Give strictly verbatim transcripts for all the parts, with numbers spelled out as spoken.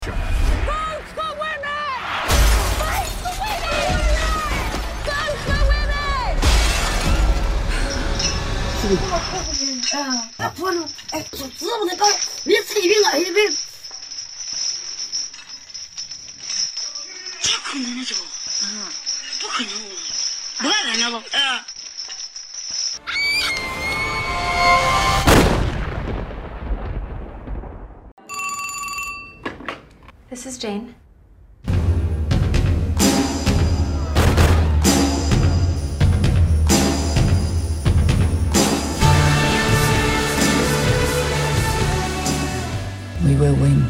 啊，那婆子，哎，说知不能搞，你吃一饼啊，一饼。咋可能呢？这个，嗯，不可能，不可能那个，嗯。 This is Jane. We will win.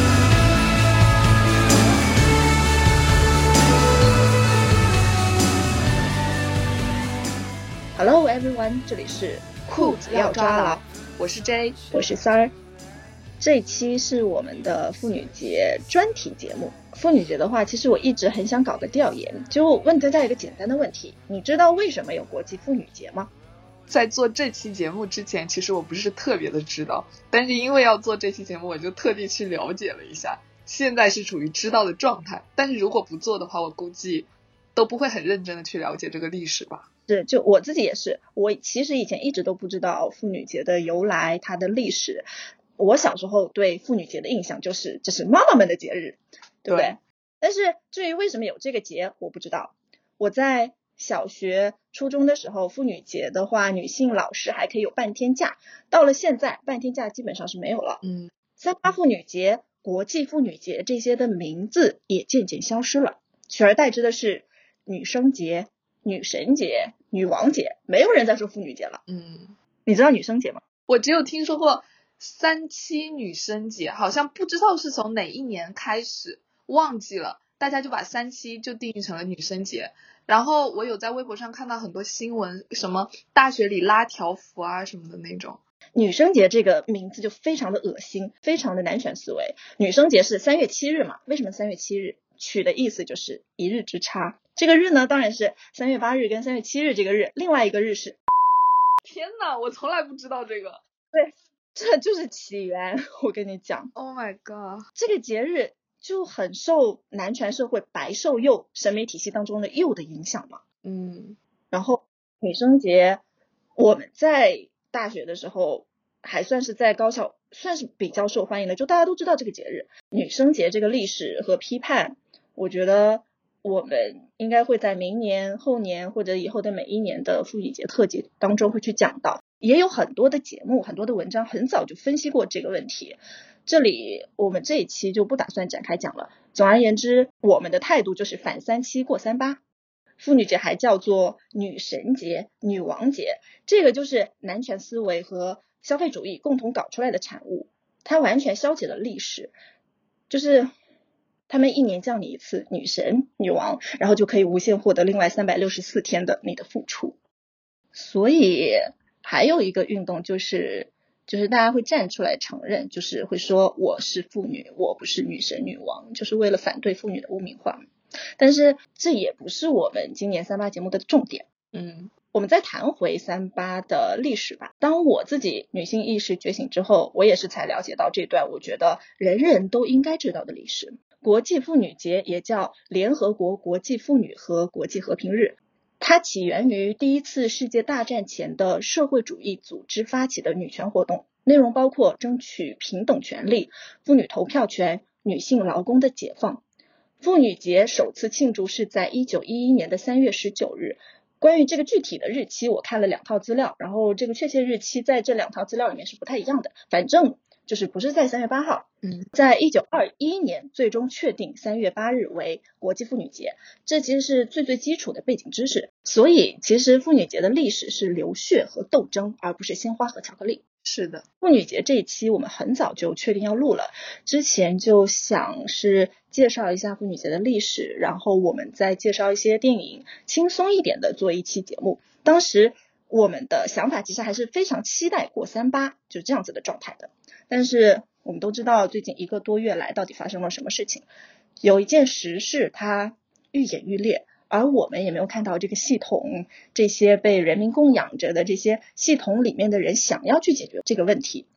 Hello everyone， 这里是裤子要抓牢， 我是 J， 我是三儿。这一期是我们的妇女节专题节目。妇女节的话，其实我一直很想搞个调研，就问大家一个简单的问题：你知道为什么有国际妇女节吗？ 在做这期节目之前，其实我不是特别的知道，但是因为要做这期节目，我就特地去了解了一下，现在是处于知道的状态。但是如果不做的话，我估计都不会很认真的去了解这个历史吧。 是，就我自己也是，我其实以前一直都不知道妇女节的由来，它的历史。我小时候对妇女节的印象就是这是妈妈们的节日，对不对？对。但是至于为什么有这个节，我不知道。我在小学初中的时候，妇女节的话，女性老师还可以有半天假，到了现在半天假基本上是没有了。 嗯， 三八妇女节、国际妇女节这些的名字也渐渐消失了，取而代之的是女生节、女神节、女王节，没有人再说妇女节了。 嗯， 你知道女生节吗？ 我只有听说过三七女生节，好像不知道是从哪一年开始，忘记了，大家就把三七就定义成了女生节。然后我有在微博上看到很多新闻，什么大学里拉条幅啊什么的那种。 女生节这个名字就非常的恶心，非常的男权思维。女生节是三月七日嘛，为什么三月七日？取的意思就是一日之差。这个日呢，当然是三月八日跟三月七日这个日，另外一个日是。 天哪，我从来不知道这个。 对，这就是起源，我跟你讲。 Oh my god， 这个节日就很受男权社会白瘦幼审美体系当中的幼的影响嘛。 嗯， 然后女生节，我们在大学的时候还算是在高校算是比较受欢迎的，就大家都知道这个节日。女生节这个历史和批判，我觉得我们应该会在明年、后年或者以后的每一年的妇女节特辑当中会去讲到。也有很多的节目、很多的文章很早就分析过这个问题，这里我们这一期就不打算展开讲了。总而言之，我们的态度就是反三七过三八。妇女节还叫做女神节、女王节，这个就是男权思维和消费主义共同搞出来的产物，它完全消解了历史，就是他们一年叫你一次女神、女王，然后就可以无限获得另外三百六十四天的你的付出。所以还有一个运动就是就是大家会站出来承认，就是会说我是妇女，我不是女神女王，就是为了反对妇女的污名化。但是这也不是我们今年三八节目的重点。 嗯， 我们再谈回三八的历史吧。当我自己女性意识觉醒之后，我也是才了解到这段我觉得人人都应该知道的历史。国际妇女节也叫联合国国际妇女和国际和平日，它起源于第一次世界大战前的社会主义组织发起的女权活动，内容包括争取平等权利、妇女投票权、女性劳工的解放。妇女节首次庆祝是在一九一一年的三月十九日。关于这个具体的日期，我看了两套资料，然后这个确切日期在这两套资料里面是不太一样的，反正就是不是在三月八号。 嗯， 在一九二一年最终确定三月八日为国际妇女节，这其实是最最基础的背景知识。所以其实妇女节的历史是流血和斗争，而不是鲜花和巧克力。 是的， 妇女节这一期我们很早就确定要录了，之前就想是介绍一下妇女节的历史，然后我们再介绍一些电影，轻松一点的做一期节目。当时我们的想法其实还是非常期待过三八，就是这样子的状态的。但是我们都知道最近一个多月来到底发生了什么事情，有一件实事它愈演愈烈，而我们也没有看到这个系统，这些被人民供养着的这些系统里面的人想要去解决这个问题。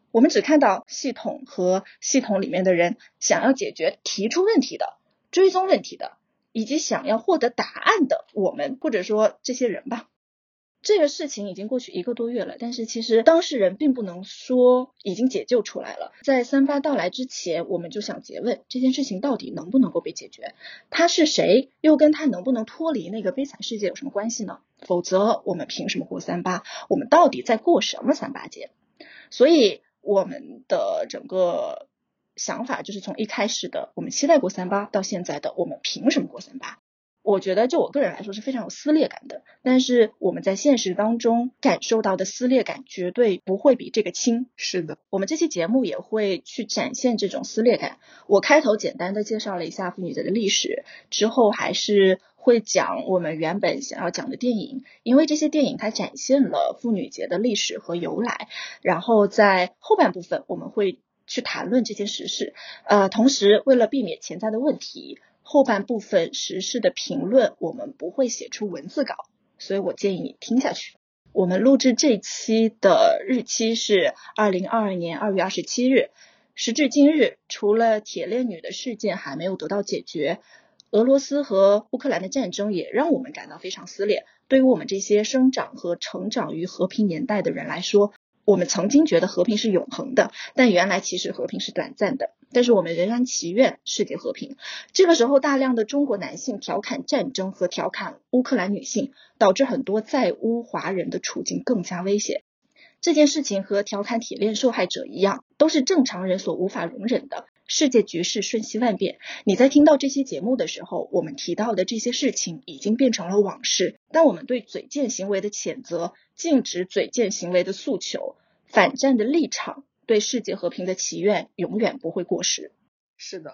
我们只看到系统和系统里面的人想要解决提出问题的、追踪问题的，以及想要获得答案的我们，或者说这些人吧。这个事情已经过去一个多月了，但是其实当事人并不能说已经解救出来了。在三八到来之前，我们就想诘问这件事情到底能不能够被解决，他是谁，又跟他能不能脱离那个悲惨世界有什么关系呢？否则我们凭什么过三八？我们到底在过什么三八节？所以我们的整个想法就是从一开始的我们期待过三八到现在的我们凭什么过三八，我觉得就我个人来说是非常有撕裂感的，但是我们在现实当中感受到的撕裂感绝对不会比这个轻。 是的， 我们这期节目也会去展现这种撕裂感。我开头简单的介绍了一下妇女节的历史，之后还是会讲我们原本想要讲的电影，因为这些电影它展现了妇女节的历史和由来，然后在后半部分我们会去谈论这件时事。呃，同时为了避免潜在的问题，后半部分时事的评论我们不会写出文字稿，所以我建议你听下去。我们录制这期的日期是二零二二年二月二十七日，时至今日，除了铁链女的事件还没有得到解决，俄罗斯和乌克兰的战争也让我们感到非常撕裂。对于我们这些生长和成长于和平年代的人来说，我们曾经觉得和平是永恒的，但原来其实和平是短暂的，但是我们仍然祈愿世界和平。这个时候大量的中国男性调侃战争和调侃乌克兰女性，导致很多在乌华人的处境更加危险。这件事情和调侃铁链受害者一样，都是正常人所无法容忍的。世界局势瞬息万变，你在听到这期节目的时候，我们提到的这些事情已经变成了往事，但我们对嘴贱行为的谴责、禁止嘴贱行为的诉求、反战的立场、对世界和平的祈愿永远不会过时。 是的。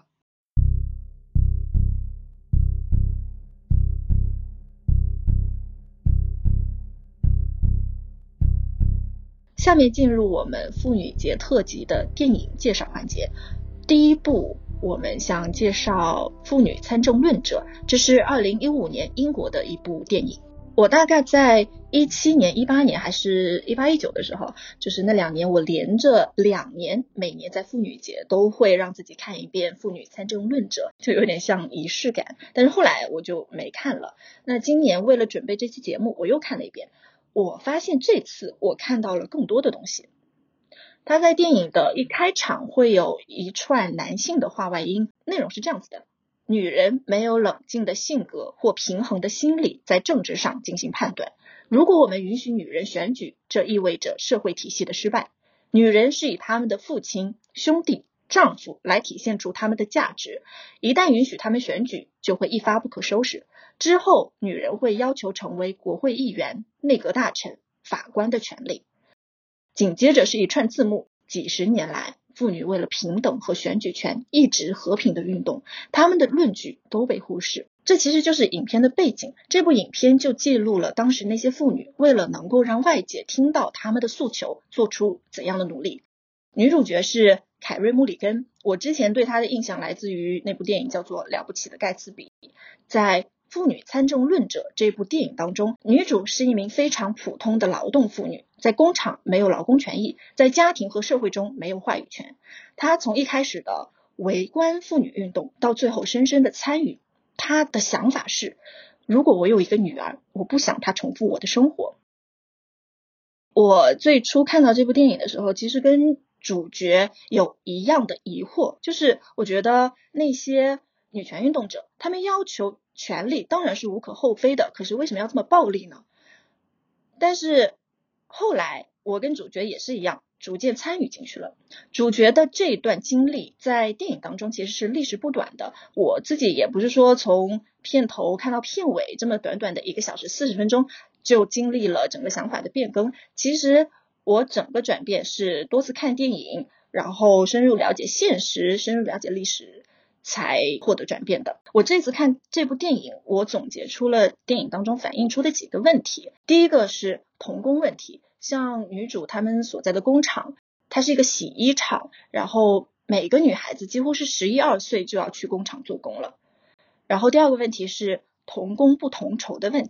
下面进入我们妇女节特辑的电影介绍环节。第一部我们想介绍《妇女参政论者》，这是二零一五年英国的一部电影。我大概在一七年、一八年还是一八一九的时候，就是那两年我连着两年，每年在妇女节都会让自己看一遍《妇女参政论者》，就有点像仪式感。但是后来我就没看了。那今年为了准备这期节目，我又看了一遍。我发现这次我看到了更多的东西。他在电影的一开场会有一串男性的话外音，内容是这样子的：女人没有冷静的性格或平衡的心理在政治上进行判断。如果我们允许女人选举，这意味着社会体系的失败。女人是以他们的父亲、兄弟、丈夫来体现出他们的价值，一旦允许他们选举，就会一发不可收拾。之后女人会要求成为国会议员、内阁大臣、法官的权利。紧接着是一串字幕，几十年来妇女为了平等和选举权一直和平的运动，他们的论据都被忽视。这其实就是影片的背景，这部影片就记录了当时那些妇女为了能够让外界听到他们的诉求做出怎样的努力。女主角是凯瑞·穆里根，我之前对她的印象来自于那部电影叫做《了不起的盖茨比》。在《妇女参政论者》这部电影当中，女主是一名非常普通的劳动妇女，在工厂没有劳工权益，在家庭和社会中没有话语权。她从一开始的围观妇女运动到最后深深的参与，她的想法是，如果我有一个女儿，我不想她重复我的生活。我最初看到这部电影的时候，其实跟主角有一样的疑惑，就是我觉得那些女权运动者，他们要求权利当然是无可厚非的，可是为什么要这么暴力呢？但是后来我跟主角也是一样，逐渐参与进去了。主角的这一段经历在电影当中其实是历时不短的，我自己也不是说从片头看到片尾这么短短的一个小时四十分钟就经历了整个想法的变更。其实我整个转变是多次看电影，然后深入了解现实，深入了解历史，才获得转变的。我这次看这部电影，我总结出了电影当中反映出的几个问题。第一个是童工问题，像女主他们所在的工厂，它是一个洗衣厂，然后每个女孩子几乎是十一二岁就要去工厂做工了。然后第二个问题是同工不同酬的问题。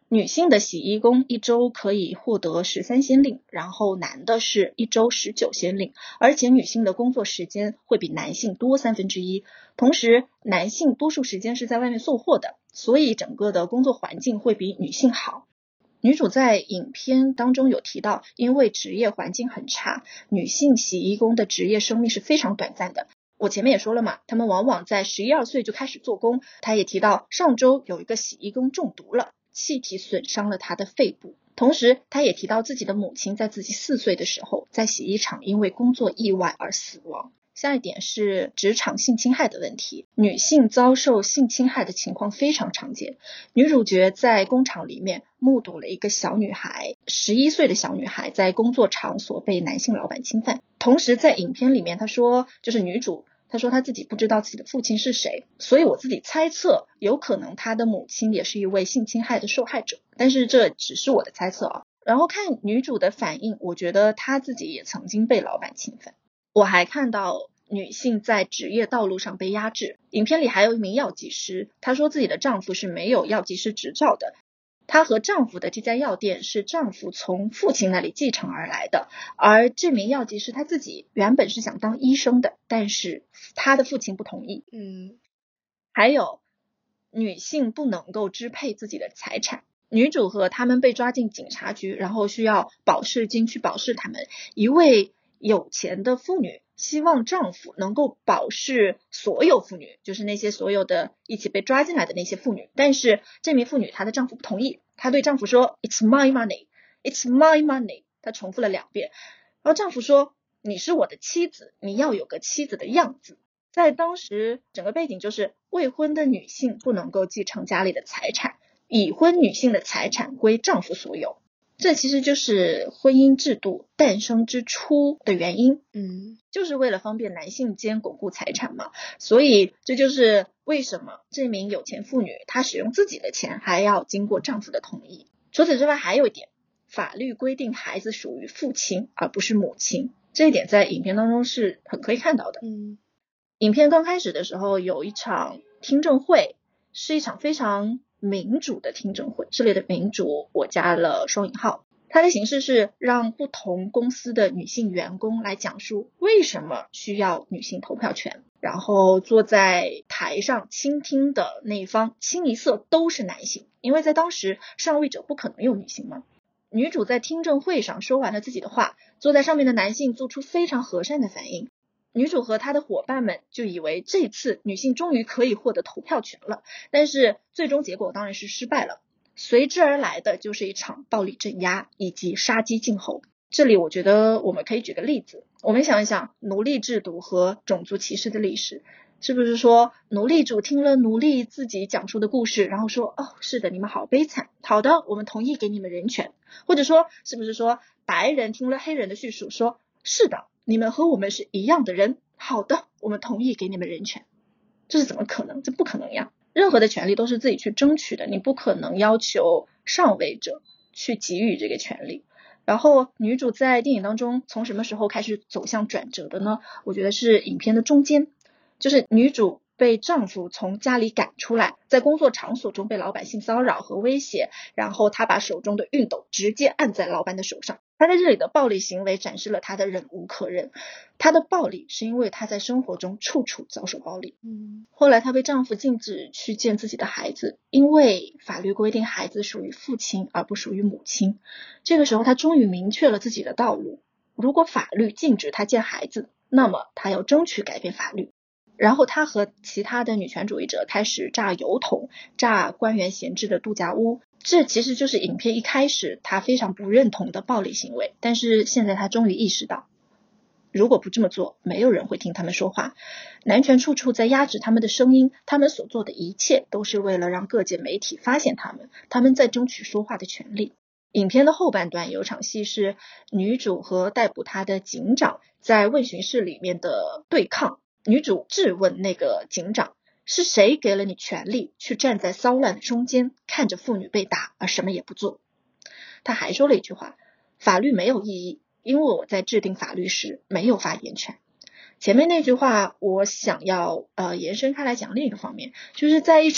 女性的洗衣工一周可以获得十三先令，然后男的是一周十九先令，而且女性的工作时间会比男性多三分之一。同时，男性多数时间是在外面送货的，所以整个的工作环境会比女性好。女主在影片当中有提到，因为职业环境很差，女性洗衣工的职业生命是非常短暂的。我前面也说了嘛，他们往往在十一二岁就开始做工。他也提到，上周有一个洗衣工中毒了，气体损伤了他的肺部。同时他也提到自己的母亲在自己四岁的时候在洗衣厂因为工作意外而死亡。下一点是职场性侵害的问题，女性遭受性侵害的情况非常常见。女主角在工厂里面目睹了一个小女孩，十一岁的小女孩在工作场所被男性老板侵犯。同时在影片里面她说，就是女主她说她自己不知道自己的父亲是谁，所以我自己猜测有可能她的母亲也是一位性侵害的受害者，但是这只是我的猜测啊。然后看女主的反应，我觉得她自己也曾经被老板侵犯。我还看到女性在职业道路上被压制。影片里还有一名药剂师，她说自己的丈夫是没有药剂师执照的，她和丈夫的这家药店是丈夫从父亲那里继承而来的，而这名药剂师他自己原本是想当医生的，但是他的父亲不同意。 嗯， 还有女性不能够支配自己的财产。女主和他们被抓进警察局，然后需要保释金去保释他们。一位有钱的妇女希望丈夫能够保释所有妇女，就是那些所有的一起被抓进来的那些妇女，但是这名妇女她的丈夫不同意，她对丈夫说 It's my money, It's my money， 她重复了两遍。然后丈夫说你是我的妻子，你要有个妻子的样子。在当时整个背景就是未婚的女性不能够继承家里的财产，已婚女性的财产归丈夫所有。这其实就是婚姻制度诞生之初的原因， 嗯， 就是为了方便男性间巩固财产嘛。所以这就是为什么这名有钱妇女她使用自己的钱还要经过丈夫的同意。除此之外还有一点，法律规定孩子属于父亲而不是母亲，这一点在影片当中是很可以看到的。 嗯， 影片刚开始的时候有一场听证会，是一场非常民主的听证会，这里的民主我加了双引号。它的形式是让不同公司的女性员工来讲述为什么需要女性投票权，然后坐在台上倾听的那一方清一色都是男性，因为在当时上位者不可能有女性嘛。女主在听证会上说完了自己的话，坐在上面的男性做出非常和善的反应。女主和她的伙伴们就以为这次女性终于可以获得投票权了，但是最终结果当然是失败了。随之而来的就是一场暴力镇压以及杀鸡儆猴。这里我觉得我们可以举个例子，我们想一想奴隶制度和种族歧视的历史，是不是说奴隶主听了奴隶自己讲述的故事，然后说哦，是的，你们好悲惨，好的，我们同意给你们人权。或者说是不是说白人听了黑人的叙述，说是的，你们和我们是一样的人，好的，我们同意给你们人权。这是怎么可能？这不可能呀！任何的权利都是自己去争取的，你不可能要求上位者去给予这个权利。然后女主在电影当中从什么时候开始走向转折的呢？我觉得是影片的中间，就是女主被丈夫从家里赶出来，在工作场所中被老板性骚扰和威胁，然后她把手中的熨斗直接按在老板的手上。她在这里的暴力行为展示了她的忍无可忍，她的暴力是因为她在生活中处处遭受暴力。 嗯， 后来她被丈夫禁止去见自己的孩子，因为法律规定孩子属于父亲而不属于母亲。这个时候她终于明确了自己的道路，如果法律禁止她见孩子，那么她要争取改变法律。然后她和其他的女权主义者开始炸油桶，炸官员闲置的度假屋，这其实就是影片一开始她非常不认同的暴力行为。但是现在她终于意识到，如果不这么做，没有人会听他们说话，男权处处在压制他们的声音，他们所做的一切都是为了让各界媒体发现他们，他们在争取说话的权利。影片的后半段有场戏是女主和逮捕她的警长在问询室里面的对抗。女主质问那个警长，是谁给了你权利去站在骚乱的中间，看着妇女被打而什么也不做？她还说了一句话，法律没有意义，因为我在制定法律时没有发言权。前面那句话我想要呃延伸开来讲另一个方面，就是在一场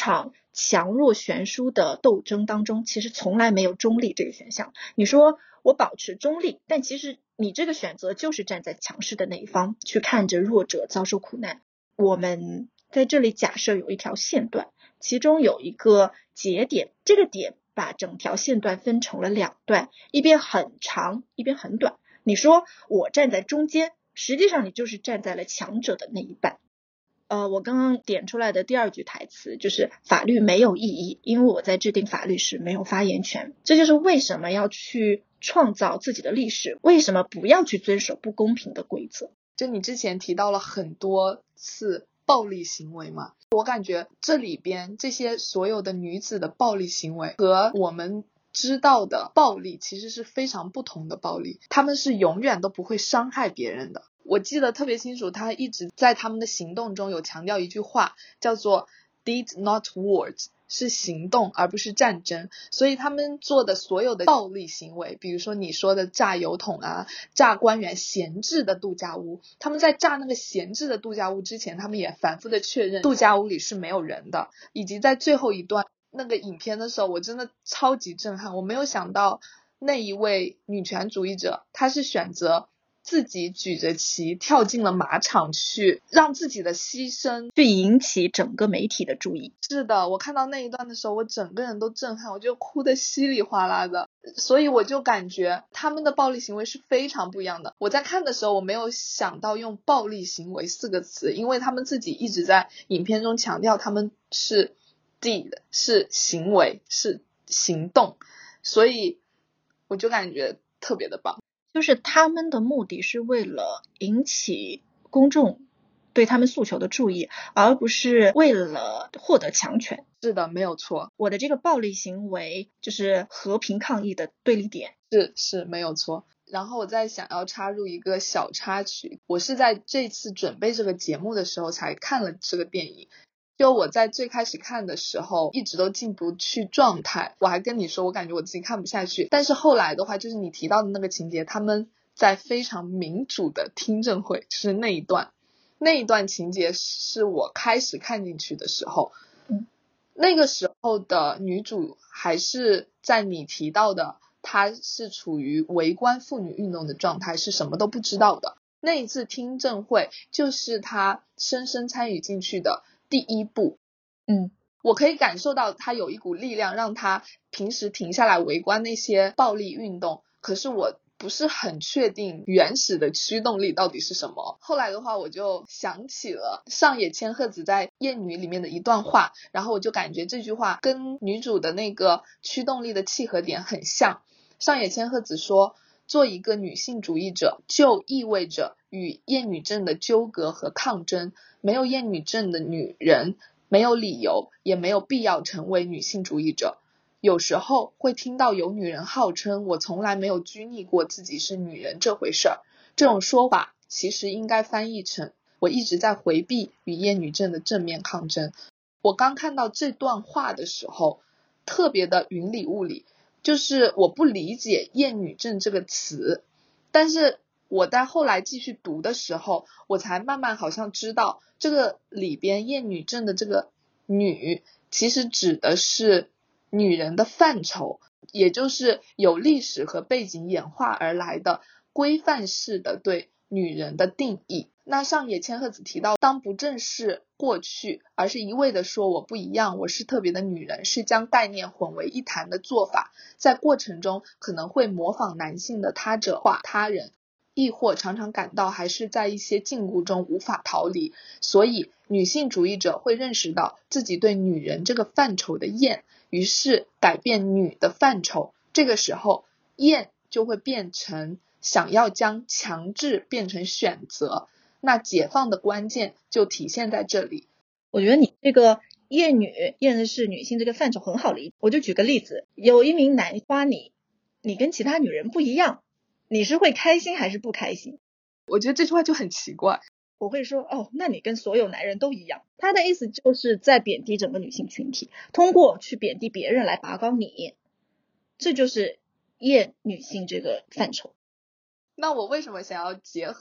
强弱悬殊的斗争当中，其实从来没有中立这个选项。你说我保持中立，但其实你这个选择就是站在强势的那一方，去看着弱者遭受苦难。我们在这里假设有一条线段，其中有一个节点，这个点把整条线段分成了两段，一边很长，一边很短。你说我站在中间，实际上你就是站在了强者的那一半。呃，我刚刚点出来的第二句台词就是法律没有意义，因为我在制定法律时没有发言权。这就是为什么要去创造自己的历史，为什么不要去遵守不公平的规则。 就你之前提到了很多次暴力行为嘛，我感觉这里边这些所有的女子的暴力行为和我们知道的暴力其实是非常不同的暴力，他们是永远都不会伤害别人的。我记得特别清楚，他一直在他们的行动中有强调一句话，叫做 deeds not words， 是行动而不是战争。所以他们做的所有的暴力行为，比如说你说的炸油桶啊，炸官员闲置的度假屋，他们在炸那个闲置的度假屋之前，他们也反复的确认度假屋里是没有人的。以及在最后一段那个影片的时候，我真的超级震撼，我没有想到那一位女权主义者，她是选择自己举着旗跳进了马场去，让自己的牺牲去引起整个媒体的注意。 是的，我看到那一段的时候，我整个人都震撼，我就哭得稀里哗啦的。所以我就感觉他们的暴力行为是非常不一样的。我在看的时候，我没有想到用暴力行为四个词，因为他们自己一直在影片中强调他们是 deed， 是行为，是行动，所以我就感觉特别的棒。 就是他们的目的是为了引起公众对他们诉求的注意，而不是为了获得强权。 是的，没有错。 我的这个暴力行为就是和平抗议的对立点。 是是没有错。然后我再想要插入一个小插曲，我是在这次准备这个节目的时候才看了这个电影。就我在最开始看的时候一直都进不去状态，我还跟你说我感觉我自己看不下去，但是后来的话就是你提到的那个情节，他们在非常民主的听证会，就是那一段那一段情节是我开始看进去的时候， 嗯， 那个时候的女主还是在你提到的她是处于围观妇女运动的状态，是什么都不知道的。那一次听证会就是她深深参与进去的第一步。 嗯， 我可以感受到她有一股力量让她平时停下来围观那些暴力运动，可是我不是很确定原始的驱动力到底是什么。后来的话我就想起了上野千鹤子在《厌女》里面的一段话，然后我就感觉这句话跟女主的那个驱动力的契合点很像。上野千鹤子说，做一个女性主义者就意味着与厌女症的纠葛和抗争，没有厌女症的女人没有理由也没有必要成为女性主义者。有时候会听到有女人号称我从来没有拘泥过自己是女人这回事儿，这种说法其实应该翻译成我一直在回避与厌女症的正面抗争。我刚看到这段话的时候特别的云里雾里，就是我不理解厌女症这个词，但是我在后来继续读的时候我才慢慢好像知道这个里边厌女症的这个女其实指的是女人的范畴，也就是有历史和背景演化而来的规范式的对女人的定义。那上野千鹤子提到，当不正视过去，而是一味的说我不一样，我是特别的女人，是将概念混为一谈的做法，在过程中可能会模仿男性的他者化他人，亦或常常感到还是在一些禁锢中无法逃离。所以女性主义者会认识到自己对女人这个范畴的厌，于是改变女的范畴，这个时候厌就会变成想要将强制变成选择，那解放的关键就体现在这里。 我觉得你这个厌女厌的是女性这个范畴很好理解。我就举个例子，有一名男夸你，你跟其他女人不一样，你是会开心还是不开心？ 我觉得这句话就很奇怪。 我会说哦，那你跟所有男人都一样。他的意思就是在贬低整个女性群体，通过去贬低别人来拔高你，这就是厌女性这个范畴。 那我为什么想要结合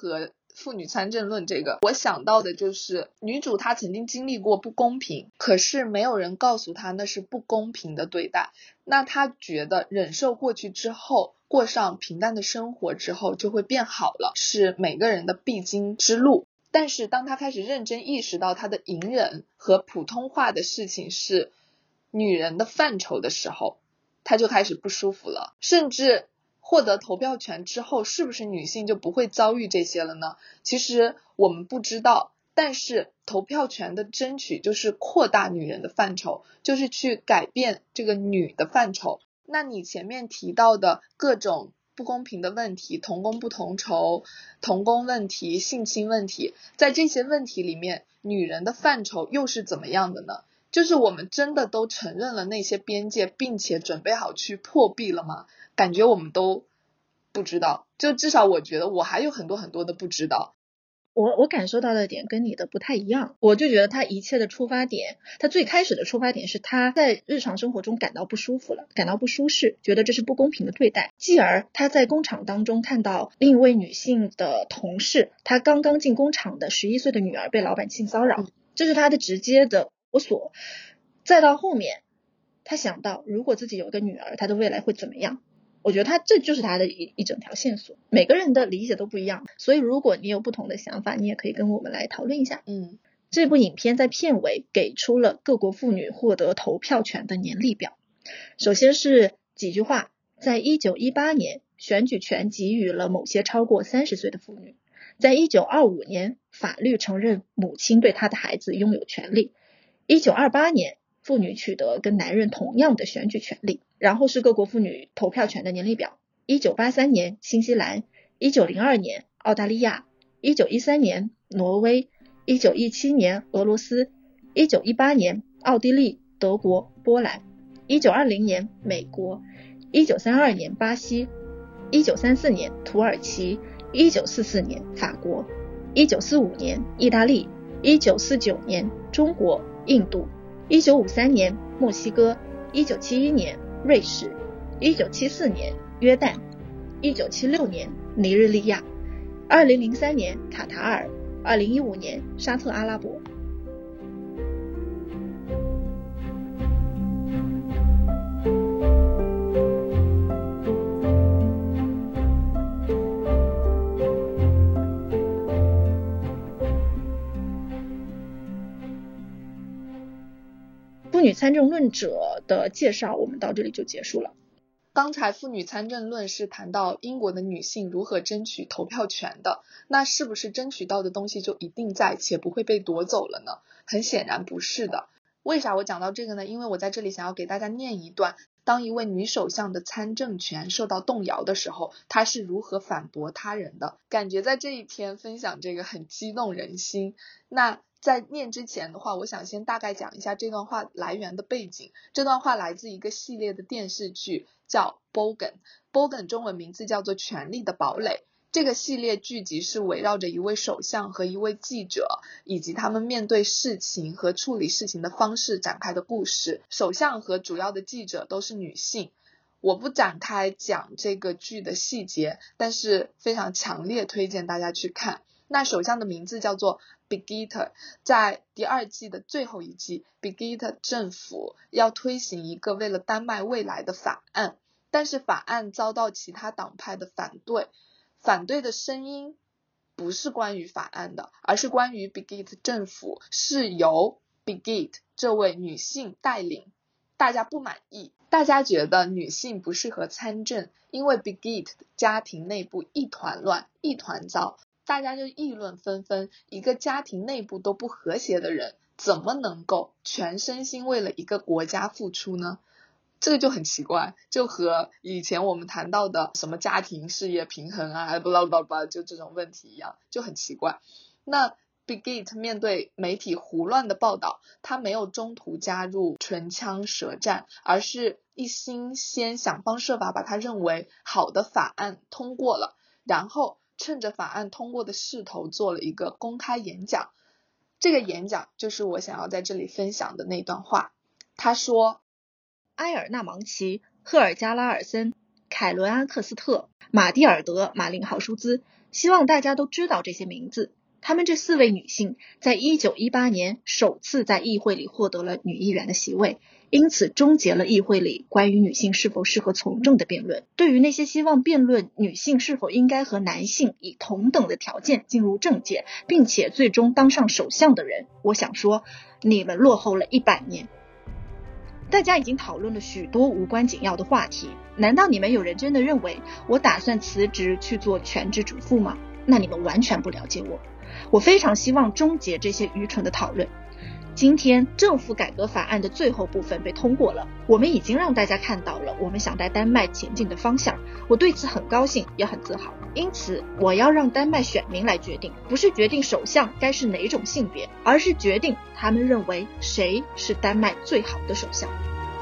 妇女参政论这个，我想到的就是女主她曾经经历过不公平，可是没有人告诉她那是不公平的对待，那她觉得忍受过去之后，过上平淡的生活之后就会变好了，是每个人的必经之路。但是当她开始认真意识到她的隐忍和普通话的事情是女人的范畴的时候，她就开始不舒服了。甚至获得投票权之后，是不是女性就不会遭遇这些了呢？其实我们不知道，但是投票权的争取就是扩大女人的范畴，就是去改变这个女的范畴。那你前面提到的各种不公平的问题，同工不同酬、童工问题、性侵问题，在这些问题里面，女人的范畴又是怎么样的呢？就是我们真的都承认了那些边界，并且准备好去破壁了吗？感觉我们都不知道，就至少我觉得我还有很多很多的不知道。 我我感受到的点跟你的不太一样，我就觉得他一切的出发点，他最开始的出发点是他在日常生活中感到不舒服了，感到不舒适，觉得这是不公平的对待，继而他在工厂当中看到另一位女性的同事，他刚刚进工厂的十一岁的女儿被老板性骚扰，这是他的直接的摸索。再到后面他想到如果自己有一个女儿，他的未来会怎么样，我觉得他这就是他的一一整条线索，每个人的理解都不一样，所以如果你有不同的想法，你也可以跟我们来讨论一下。 嗯， 这部影片在片尾给出了各国妇女获得投票权的年历表，首先是几句话，在一九一八年，选举权给予了某些超过三十岁的妇女，在一九二五年，法律承认母亲对她的孩子拥有权利，一九二八年，妇女取得跟男人同样的选举权利。然后是各国妇女投票权的年历表，一九八三年新西兰，一九零二年澳大利亚，一九一三年挪威，一九一七年俄罗斯，一九一八年奥地利、德国、波兰，一九二零年美国，一九三二年巴西，一九三四年土耳其，一九四四年法国，一九四五年意大利，一九四九年中国、印度，一九五三年墨西哥，一九七一年瑞士，一九七四年约旦，一九七六年尼日利亚，二零零三年卡塔尔，二零一五年沙特阿拉伯。妇女参政论者的介绍我们到这里就结束了。 刚才妇女参政论是谈到英国的女性如何争取投票权的，那是不是争取到的东西就一定在且不会被夺走了呢？很显然不是的。为啥我讲到这个呢？因为我在这里想要给大家念一段，当一位女首相的参政权受到动摇的时候，她是如何反驳他人的。感觉在这一天分享这个很激动人心。那在念之前的话，我想先大概讲一下这段话来源的背景。这段话来自一个系列的电视剧，叫 Bogan， Bogan 中文名字叫做《权力的堡垒》。这个系列剧集是围绕着一位首相和一位记者，以及他们面对事情和处理事情的方式展开的故事。首相和主要的记者都是女性。我不展开讲这个剧的细节，但是非常强烈推荐大家去看。那首相的名字叫做 Birgitte， 在第二季的最后一季， Birgitte 政府要推行一个为了丹麦未来的法案，但是法案遭到其他党派的反对，反对的声音不是关于法案的，而是关于 Birgitte 政府是由 Birgitte 这位女性带领，大家不满意，大家觉得女性不适合参政，因为 Birgitte 家庭内部一团乱，一团糟，大家就议论纷纷，一个家庭内部都不和谐的人，怎么能够全身心为了一个国家付出呢？这个就很奇怪，就和以前我们谈到的什么家庭事业平衡啊，不啦不啦不啦，就这种问题一样，就很奇怪。那 Birgitte 面对媒体胡乱的报道，他没有中途加入唇枪舌战，而是一心先想方设法把他认为好的法案通过了，然后趁着法案通过的势头做了一个公开演讲。这个演讲就是我想要在这里分享的那段话。他说， 埃尔纳芒齐、赫尔加拉尔森、凯伦安克斯特、马蒂尔德、马林豪舒兹希望大家都知道这些名字。她们这四位女性在一九一八年首次在议会里获得了女议员的席位，因此终结了议会里关于女性是否适合从政的辩论。对于那些希望辩论女性是否应该和男性以同等的条件进入政界，并且最终当上首相的人，我想说，你们落后了一百年。大家已经讨论了许多无关紧要的话题，难道你们有人真的认为我打算辞职去做全职主妇吗？那你们完全不了解我。我非常希望终结这些愚蠢的讨论。今天政府改革法案的最后部分被通过了，我们已经让大家看到了我们想带丹麦前进的方向，我对此很高兴也很自豪。因此我要让丹麦选民来决定，不是决定首相该是哪种性别，而是决定他们认为谁是丹麦最好的首相。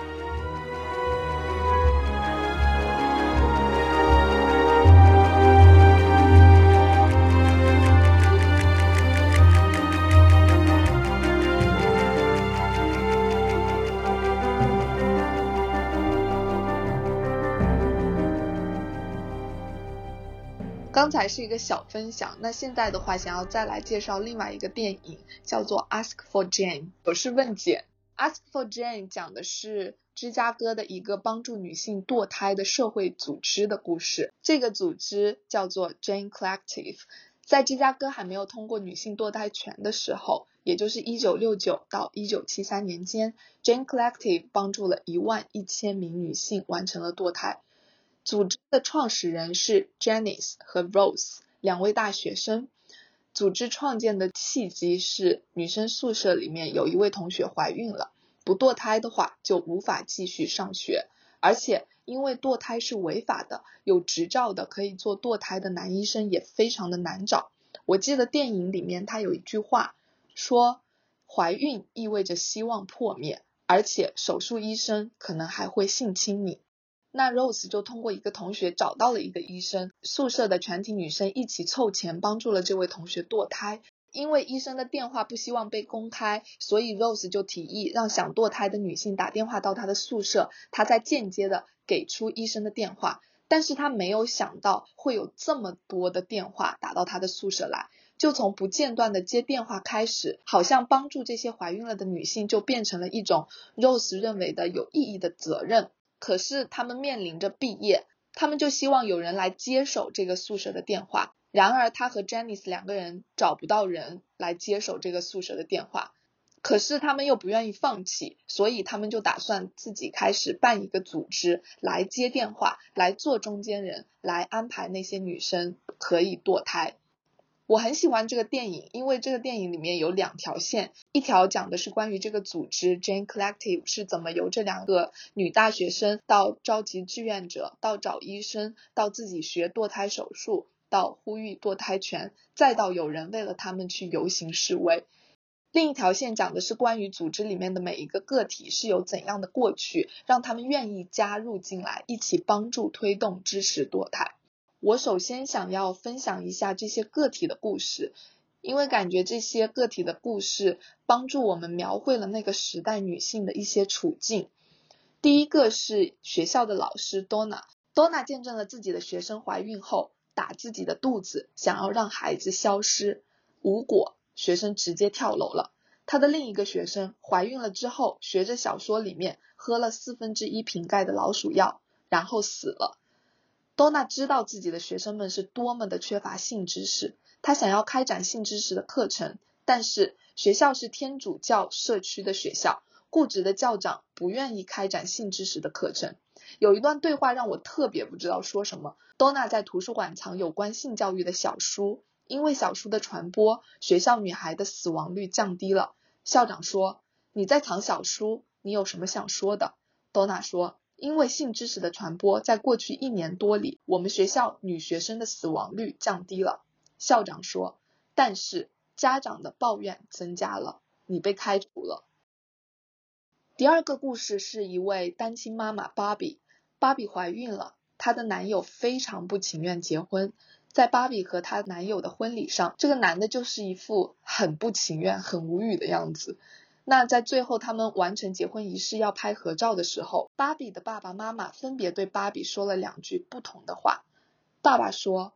刚才是一个小分享，那现在的话想要再来介绍另外一个电影，叫做 Ask for Jane， 我是问简。 Ask for Jane 讲的是芝加哥的一个帮助女性堕胎的社会组织的故事。这个组织叫做 Jane Collective， 在芝加哥还没有通过女性堕胎权的时候，也就是一九六九到一九七三年间， Jane Collective 帮助了一万一千名女性完成了堕胎。组织的创始人是 Janice 和 Rose 两位大学生。组织创建的契机是女生宿舍里面有一位同学怀孕了，不堕胎的话就无法继续上学，而且因为堕胎是违法的，有执照的可以做堕胎的男医生也非常的难找。我记得电影里面他有一句话说，怀孕意味着希望破灭，而且手术医生可能还会性侵你。那 Rose 就通过一个同学找到了一个医生，宿舍的全体女生一起凑钱帮助了这位同学堕胎。因为医生的电话不希望被公开，所以 Rose 就提议让想堕胎的女性打电话到她的宿舍，她再间接的给出医生的电话。但是她没有想到会有这么多的电话打到她的宿舍来，就从不间断的接电话开始，好像帮助这些怀孕了的女性就变成了一种 Rose 认为的有意义的责任。可是他们面临着毕业，他们就希望有人来接手这个宿舍的电话。然而他和 Janice 两个人找不到人来接手这个宿舍的电话，可是他们又不愿意放弃，所以他们就打算自己开始办一个组织来接电话，来做中间人，来安排那些女生可以堕胎。我很喜欢这个电影，因为这个电影里面有两条线，一条讲的是关于这个组织 Jane Collective 是怎么由这两个女大学生到召集志愿者，到找医生，到自己学堕胎手术，到呼吁堕胎权，再到有人为了他们去游行示威。另一条线讲的是关于组织里面的每一个个体是有怎样的过去，让他们愿意加入进来，一起帮助推动支持堕胎。我首先想要分享一下这些个体的故事，因为感觉这些个体的故事帮助我们描绘了那个时代女性的一些处境。第一个是学校的老师 Donna， Donna 见证了自己的学生怀孕后打自己的肚子，想要让孩子消失，无果，学生直接跳楼了。她的另一个学生怀孕了之后，学着小说里面喝了四分之一瓶盖的老鼠药，然后死了。多娜知道自己的学生们是多么的缺乏性知识，她想要开展性知识的课程，但是学校是天主教社区的学校，固执的校长不愿意开展性知识的课程。有一段对话让我特别不知道说什么，多娜在图书馆藏有关性教育的小书，因为小书的传播，学校女孩的死亡率降低了。校长说，你在藏小书，你有什么想说的？多娜说，因为性知识的传播，在过去一年多里，我们学校女学生的死亡率降低了。校长说，但是家长的抱怨增加了，你被开除了。第二个故事是一位单亲妈妈芭比，芭比怀孕了，她的男友非常不情愿结婚。在芭比和她男友的婚礼上，这个男的就是一副很不情愿、很无语的样子。那在最后他们完成结婚仪式要拍合照的时候，芭比的爸爸妈妈分别对芭比说了两句不同的话。爸爸说，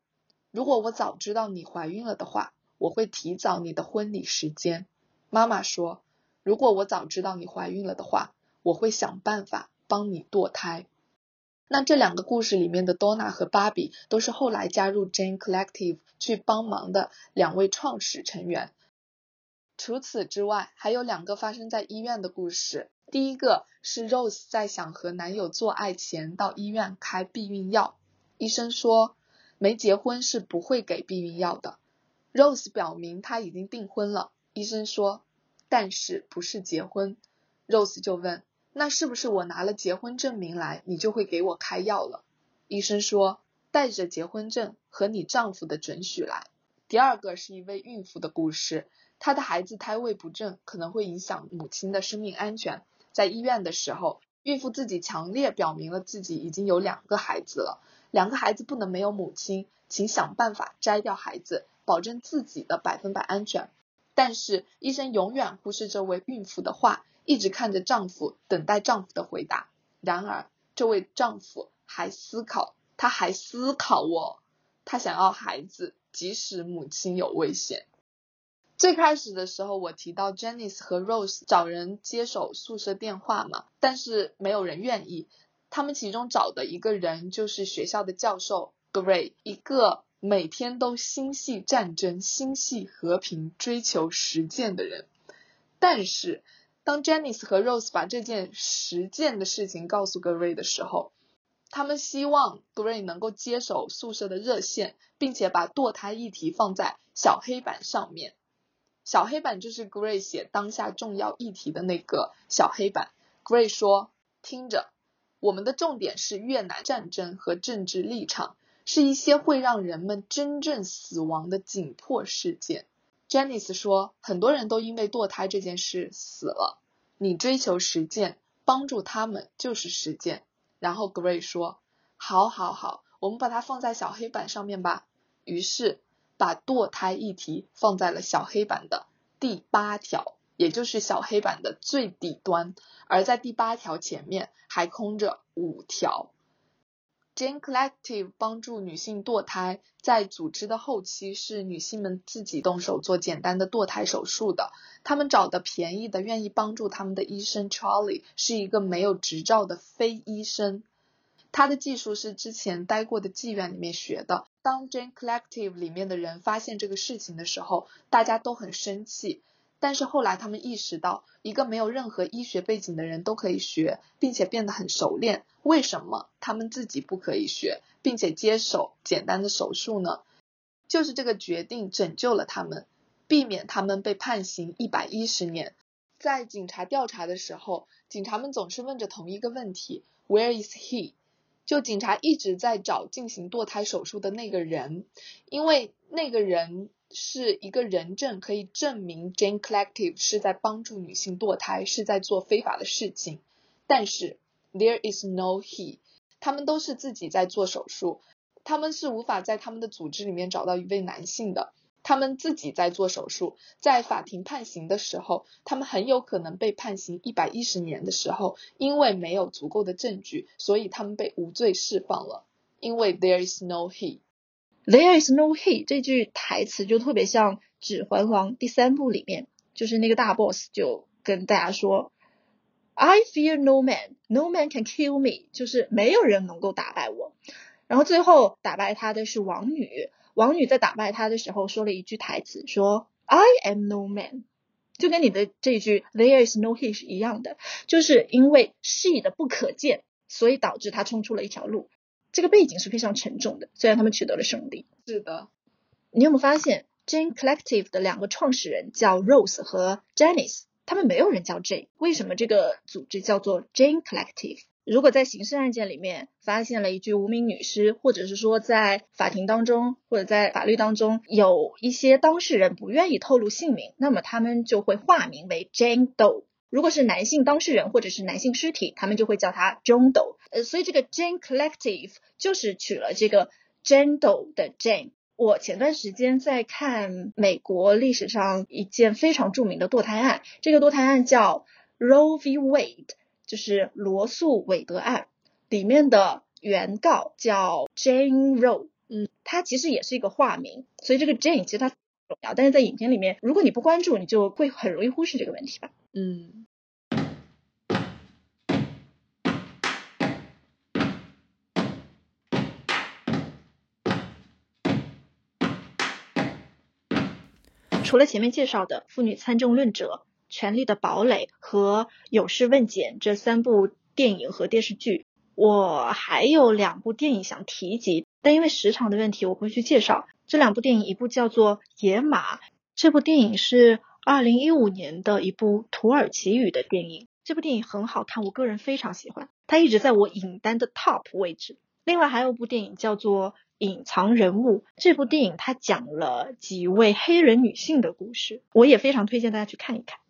如果我早知道你怀孕了的话，我会提早你的婚礼时间。妈妈说，如果我早知道你怀孕了的话，我会想办法帮你堕胎。那这两个故事里面的 Donna 和 Barbie 都是后来加入 Jane Collective 去帮忙的两位创始成员。除此之外，还有两个发生在医院的故事。第一个是 Rose 在想和男友做爱前到医院开避孕药，医生说没结婚是不会给避孕药的。 Rose 表明她已经订婚了，医生说但是不是结婚。 Rose 就问，那是不是我拿了结婚证明来，你就会给我开药了？医生说，带着结婚证和你丈夫的准许来。第二个是一位孕妇的故事，她的孩子胎位不正，可能会影响母亲的生命安全。在医院的时候，孕妇自己强烈表明了自己已经有两个孩子了，两个孩子不能没有母亲，请想办法摘掉孩子，保证自己的百分百安全。但是医生永远忽视这位孕妇的话，一直看着丈夫，等待丈夫的回答。然而这位丈夫还思考，他还思考哦，他想要孩子，即使母亲有危险。最开始的时候我提到 Janice 和 Rose 找人接手宿舍电话嘛，但是没有人愿意。他们其中找的一个人就是学校的教授 Gray， 一个每天都心系战争、心系和平、追求实践的人。但是当 Janice 和 Rose 把这件实践的事情告诉 Gray 的时候，他们希望 Gray 能够接手宿舍的热线，并且把堕胎议题放在小黑板上面。小黑板就是 Gray 写当下重要议题的那个小黑板。 Gray 说，听着，我们的重点是越南战争和政治立场，是一些会让人们真正死亡的紧迫事件。 Janice 说，很多人都因为堕胎这件事死了，你追求实践，帮助他们就是实践。然后 Gray 说，好好好，我们把它放在小黑板上面吧。于是把堕胎议题放在了小黑板的第八条，也就是小黑板的最底端，而在第八条前面还空着五条。Jane Collective 帮助女性堕胎，在组织的后期是女性们自己动手做简单的堕胎手术的。他们找的便宜的愿意帮助他们的医生 Charlie 是一个没有执照的非医生，他的技术是之前待过的妓院里面学的。当 Jane Collective 里面的人发现这个事情的时候，大家都很生气，但是后来他们意识到，一个没有任何医学背景的人都可以学，并且变得很熟练，为什么他们自己不可以学，并且接手简单的手术呢？就是这个决定拯救了他们，避免他们被判刑一百一十年。在警察调查的时候，警察们总是问着同一个问题 Where is he？就警察一直在找进行堕胎手术的那个人，因为那个人是一个人证，可以证明 Jane Collective 是在帮助女性堕胎，是在做非法的事情。但是 there is no he， 他们都是自己在做手术，他们是无法在他们的组织里面找到一位男性的，他们自己在做手术。在法庭判刑的时候，他们很有可能被判刑一百一十年的时候，因为没有足够的证据，所以他们被无罪释放了。因为 there is no he。 There is no he 这句台词就特别像《指环王》第三部里面，就是那个大 boss 就跟大家说 I fear no man, no man can kill me， 就是没有人能够打败我。然后最后打败他的是王女，王女在打败他的时候说了一句台词，说 I am no man， 就跟你的这句 There is no he 是一样的，就是因为 she 的不可见，所以导致他冲出了一条路。这个背景是非常沉重的，虽然他们取得了胜利。 是的， 你有没有发现 Jane Collective 的两个创始人叫 Rose 和 Janice， 他们没有人叫 Jane， 为什么这个组织叫做 Jane Collective？如果在刑事案件里面发现了一具无名女尸，或者是说在法庭当中或者在法律当中有一些当事人不愿意透露姓名，那么他们就会化名为 Jane Doe。如果是男性当事人或者是男性尸体，他们就会叫他 John Doe。呃，所以这个 Jane Collective 就是取了这个 Jane Doe 的 Jane。我前段时间在看美国历史上一件非常著名的堕胎案，这个堕胎案叫 Roe v. Wade，就是罗素韦德案，里面的原告叫 Jane Roe， 嗯， 它其实也是一个化名，所以这个 Jane 其实它重要，但是在影片里面，如果你不关注，你就会很容易忽视这个问题吧。 嗯。 除了前面介绍的《妇女参政论者》、《权力的堡垒》和《有事问简》这三部电影和电视剧，我还有两部电影想提及，但因为时长的问题我不会去介绍。这两部电影，一部叫做《野马》，这部电影是二零一五年的一部土耳其语的电影，这部电影很好看，我个人非常喜欢，它一直在我影单的 top 位置。另外还有一部电影叫做《隐藏人物》，这部电影它讲了几位黑人女性的故事，我也非常推荐大家去看一看。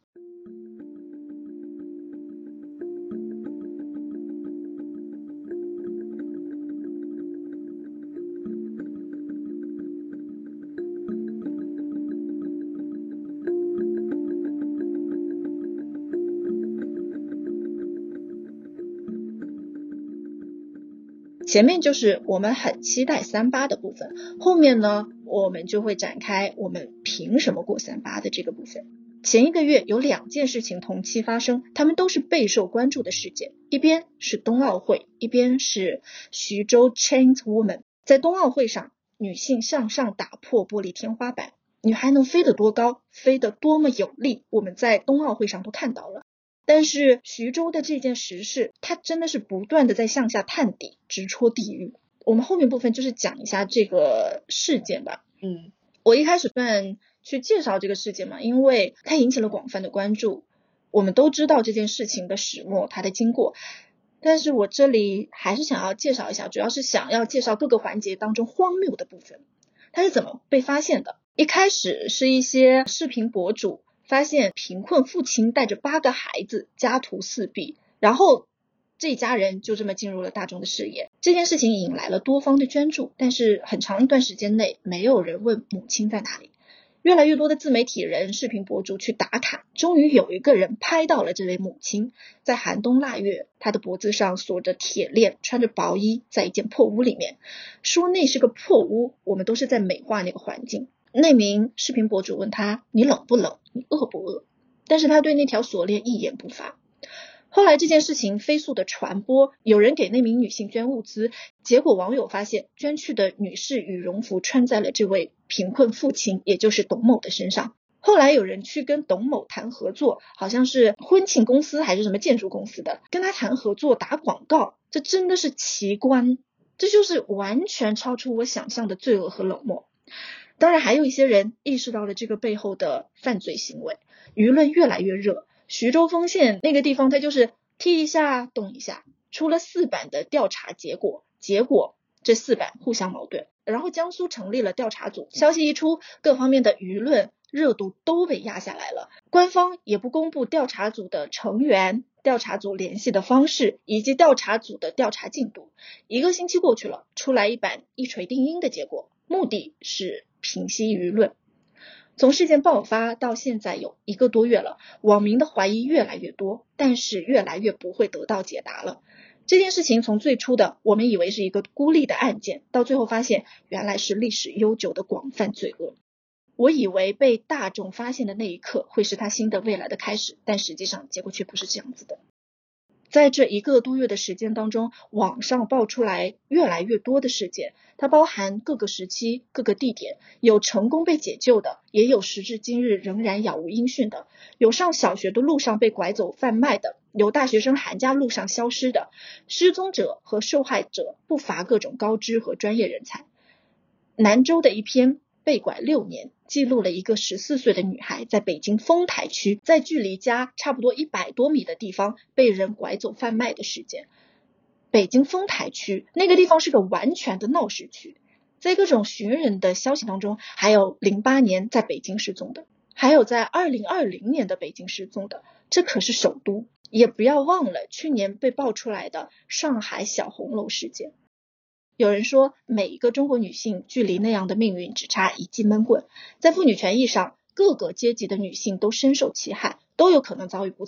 前面就是我们很期待三八的部分，后面呢我们就会展开我们凭什么过三八的这个部分。前一个月有两件事情同期发生，他们都是备受关注的事件，一边是冬奥会，一边是徐州 Chained Woman。 在冬奥会上，女性向上打破玻璃天花板，女孩能飞得多高，飞得多么有力，我们在冬奥会上都看到了。但是徐州的这件实事，它真的是不断的在向下探底，直戳地狱。我们后面部分就是讲一下这个事件吧。 嗯， 我一开始算去介绍这个事件嘛，因为它引起了广泛的关注，我们都知道这件事情的始末，它的经过。但是我这里还是想要介绍一下，主要是想要介绍各个环节当中荒谬的部分，它是怎么被发现的。一开始是一些视频博主发现贫困父亲带着八个孩子，家徒四壁，然后这家人就这么进入了大众的视野。这件事情引来了多方的捐助，但是很长一段时间内没有人问母亲在哪里。越来越多的自媒体人、视频博主去打卡，终于有一个人拍到了这位母亲，在寒冬腊月，她的脖子上锁着铁链，穿着薄衣，在一间破屋里面，说那是个破屋，我们都是在美化那个环境。那名视频博主问他，你冷不冷，你饿不饿？但是他对那条锁链一言不发。后来这件事情飞速的传播，有人给那名女性捐物资，结果网友发现捐去的女士羽绒服穿在了这位贫困父亲，也就是董某的身上。后来有人去跟董某谈合作，好像是婚庆公司还是什么建筑公司的，跟他谈合作打广告，这真的是奇观，这就是完全超出我想象的罪恶和冷漠。当然还有一些人意识到了这个背后的犯罪行为，舆论越来越热。徐州丰县那个地方，它就是踢一下动一下，出了四版的调查结果，结果这四版互相矛盾。然后江苏成立了调查组，消息一出，各方面的舆论热度都被压下来了，官方也不公布调查组的成员、调查组联系的方式以及调查组的调查进度。一个星期过去了，出来一版一锤定音的结果，目的是平息舆论。从事件爆发到现在有一个多月了，网民的怀疑越来越多，但是越来越不会得到解答了。这件事情从最初的我们以为是一个孤立的案件，到最后发现原来是历史悠久的广泛罪恶。我以为被大众发现的那一刻会是他新的未来的开始，但实际上结果却不是这样子的。在这一个多月的时间当中，网上爆出来越来越多的事件，它包含各个时期、各个地点，有成功被解救的，也有时至今日仍然杳无音讯的，有上小学的路上被拐走贩卖的，有大学生寒假路上消失的，失踪者和受害者不乏各种高知和专业人才。南州的一篇被拐六年，记录了一个十四岁的女孩在北京丰台区，在距离家差不多一百多米的地方被人拐走贩卖的事件。北京丰台区那个地方是个完全的闹市区，在各种寻人的消息当中，还有零八年在北京失踪的，还有在二零二零年的北京失踪的，这可是首都。也不要忘了去年被爆出来的上海小红楼事件。有人说每一个中国女性距离那样的命运只差一记闷棍，在妇女权益上，各个阶级的女性都深受其害，都有可能遭遇不测。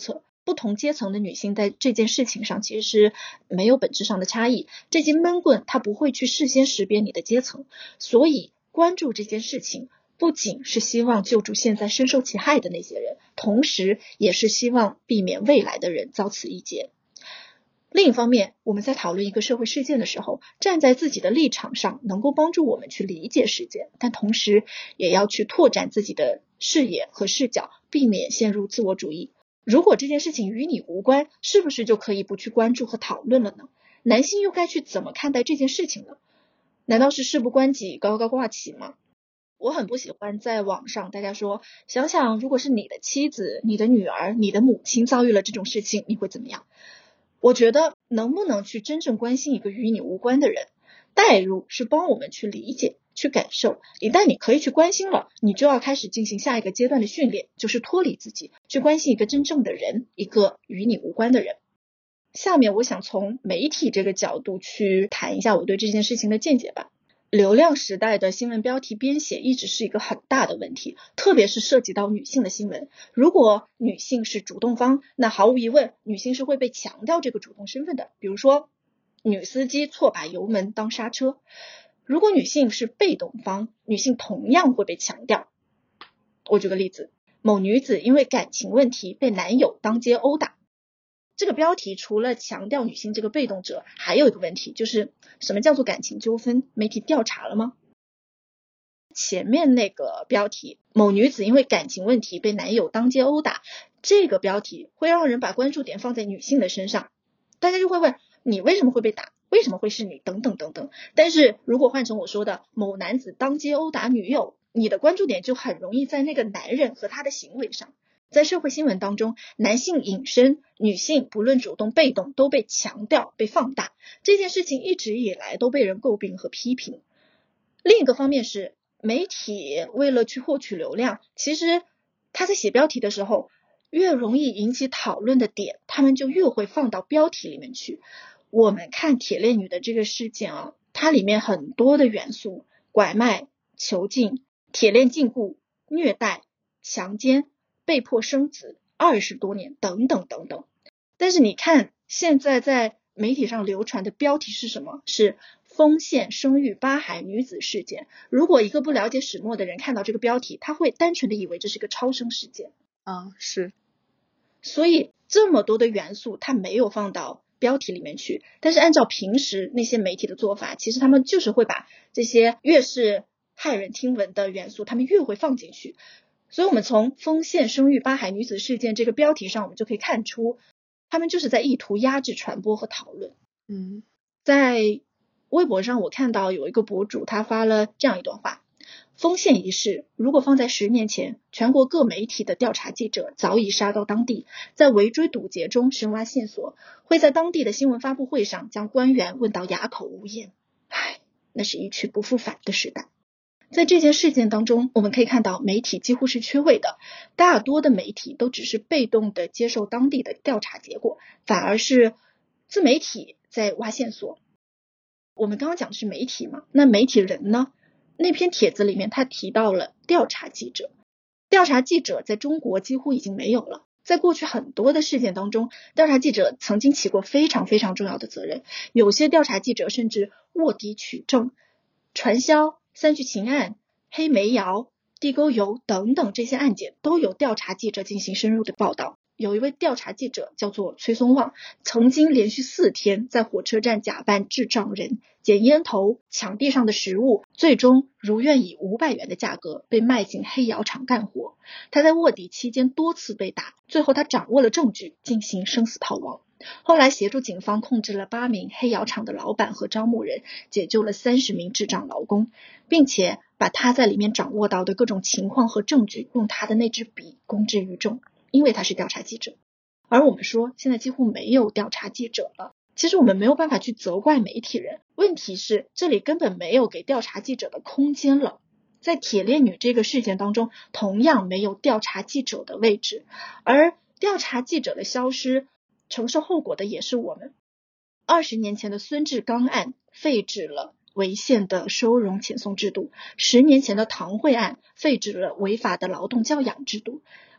不同阶层的女性在这件事情上其实是没有本质上的差异。这根闷棍它不会去事先识别你的阶层，所以关注这件事情不仅是希望救助现在深受其害的那些人，同时也是希望避免未来的人遭此一劫。另一方面，我们在讨论一个社会事件的时候，站在自己的立场上能够帮助我们去理解事件，但同时也要去拓展自己的视野和视角，避免陷入自我主义。如果这件事情与你无关，是不是就可以不去关注和讨论了呢？男性又该去怎么看待这件事情呢？难道是事不关己高高挂起吗？我很不喜欢在网上大家说，想想如果是你的妻子、你的女儿、你的母亲遭遇了这种事情，你会怎么样？我觉得能不能去真正关心一个与你无关的人，代入是帮我们去理解、去感受。一旦你可以去关心了，你就要开始进行下一个阶段的训练，就是脱离自己，去关心一个真正的人，一个与你无关的人。下面我想从媒体这个角度去谈一下我对这件事情的见解吧。流量时代的新闻标题编写一直是一个很大的问题，特别是涉及到女性的新闻。如果女性是主动方，那毫无疑问女性是会被强调这个主动身份的，比如说女司机错把油门当刹车。如果女性是被动方，女性同样会被强调。我举个例子，某女子因为感情问题被男友当街殴打。这个标题除了强调女性这个被动者，还有一个问题，就是什么叫做感情纠纷？媒体调查了吗？前面那个标题，某女子因为感情问题被男友当街殴打，这个标题会让人把关注点放在女性的身上，大家就会问你为什么会被打，为什么会是你，等等等等。但是如果换成我说的某男子当街殴打女友，你的关注点就很容易在那个男人和他的行为上。在社会新闻当中，男性隐身，女性不论主动被动都被强调、被放大，这件事情一直以来都被人诟病和批评。另一个方面是，媒体为了去获取流量，其实他在写标题的时候，越容易引起讨论的点，他们就越会放到标题里面去。我们看铁链女的这个事件啊，它里面很多的元素，拐卖、囚禁、铁链禁锢、虐待、强奸、被迫生子二十多年等等等等。但是你看现在在媒体上流传的标题是什么？是丰县生育八孩女子事件。如果一个不了解始末的人看到这个标题，他会单纯的以为这是个超生事件。 啊，是。 所以这么多的元素他没有放到标题里面去，但是按照平时那些媒体的做法，其实他们就是会把这些越是骇人听闻的元素他们越会放进去。所以我们从丰县生育八孩女子事件这个标题上，我们就可以看出他们就是在意图压制传播和讨论。 嗯， 在微博上我看到有一个博主他发了这样一段话，丰县一事如果放在十年前，全国各媒体的调查记者早已杀到当地，在围追堵截中深挖线索，会在当地的新闻发布会上将官员问到哑口无言。唉，那是一去不复返的时代。在这件事件当中，我们可以看到媒体几乎是缺位的，大多的媒体都只是被动的接受当地的调查结果，反而是自媒体在挖线索。我们刚刚讲的是媒体嘛，那媒体人呢？那篇帖子里面他提到了调查记者，调查记者在中国几乎已经没有了。在过去很多的事件当中，调查记者曾经起过非常非常重要的责任，有些调查记者甚至卧底取证，传销、三聚氰胺、黑煤窑、地沟油等等这些案件都有调查记者进行深入的报道。有一位调查记者叫做崔松旺，曾经连续四天在火车站假扮智障人，捡烟头、抢地上的食物，最终如愿以五百元的价格被卖进黑窑厂干活。他在卧底期间多次被打，最后他掌握了证据进行生死逃亡。后来协助警方控制了八名黑窑厂的老板和招募人，解救了三十名智障劳工，并且把他在里面掌握到的各种情况和证据用他的那支笔公之于众，因为他是调查记者。而我们说现在几乎没有调查记者了，其实我们没有办法去责怪媒体人，问题是这里根本没有给调查记者的空间了。在铁链女这个事件当中，同样没有调查记者的位置，而调查记者的消失，承受后果的也是我们。二十年前的孙志刚案废止了违宪的收容遣送制度，十年前的唐慧案废止了违法的劳动教养制度，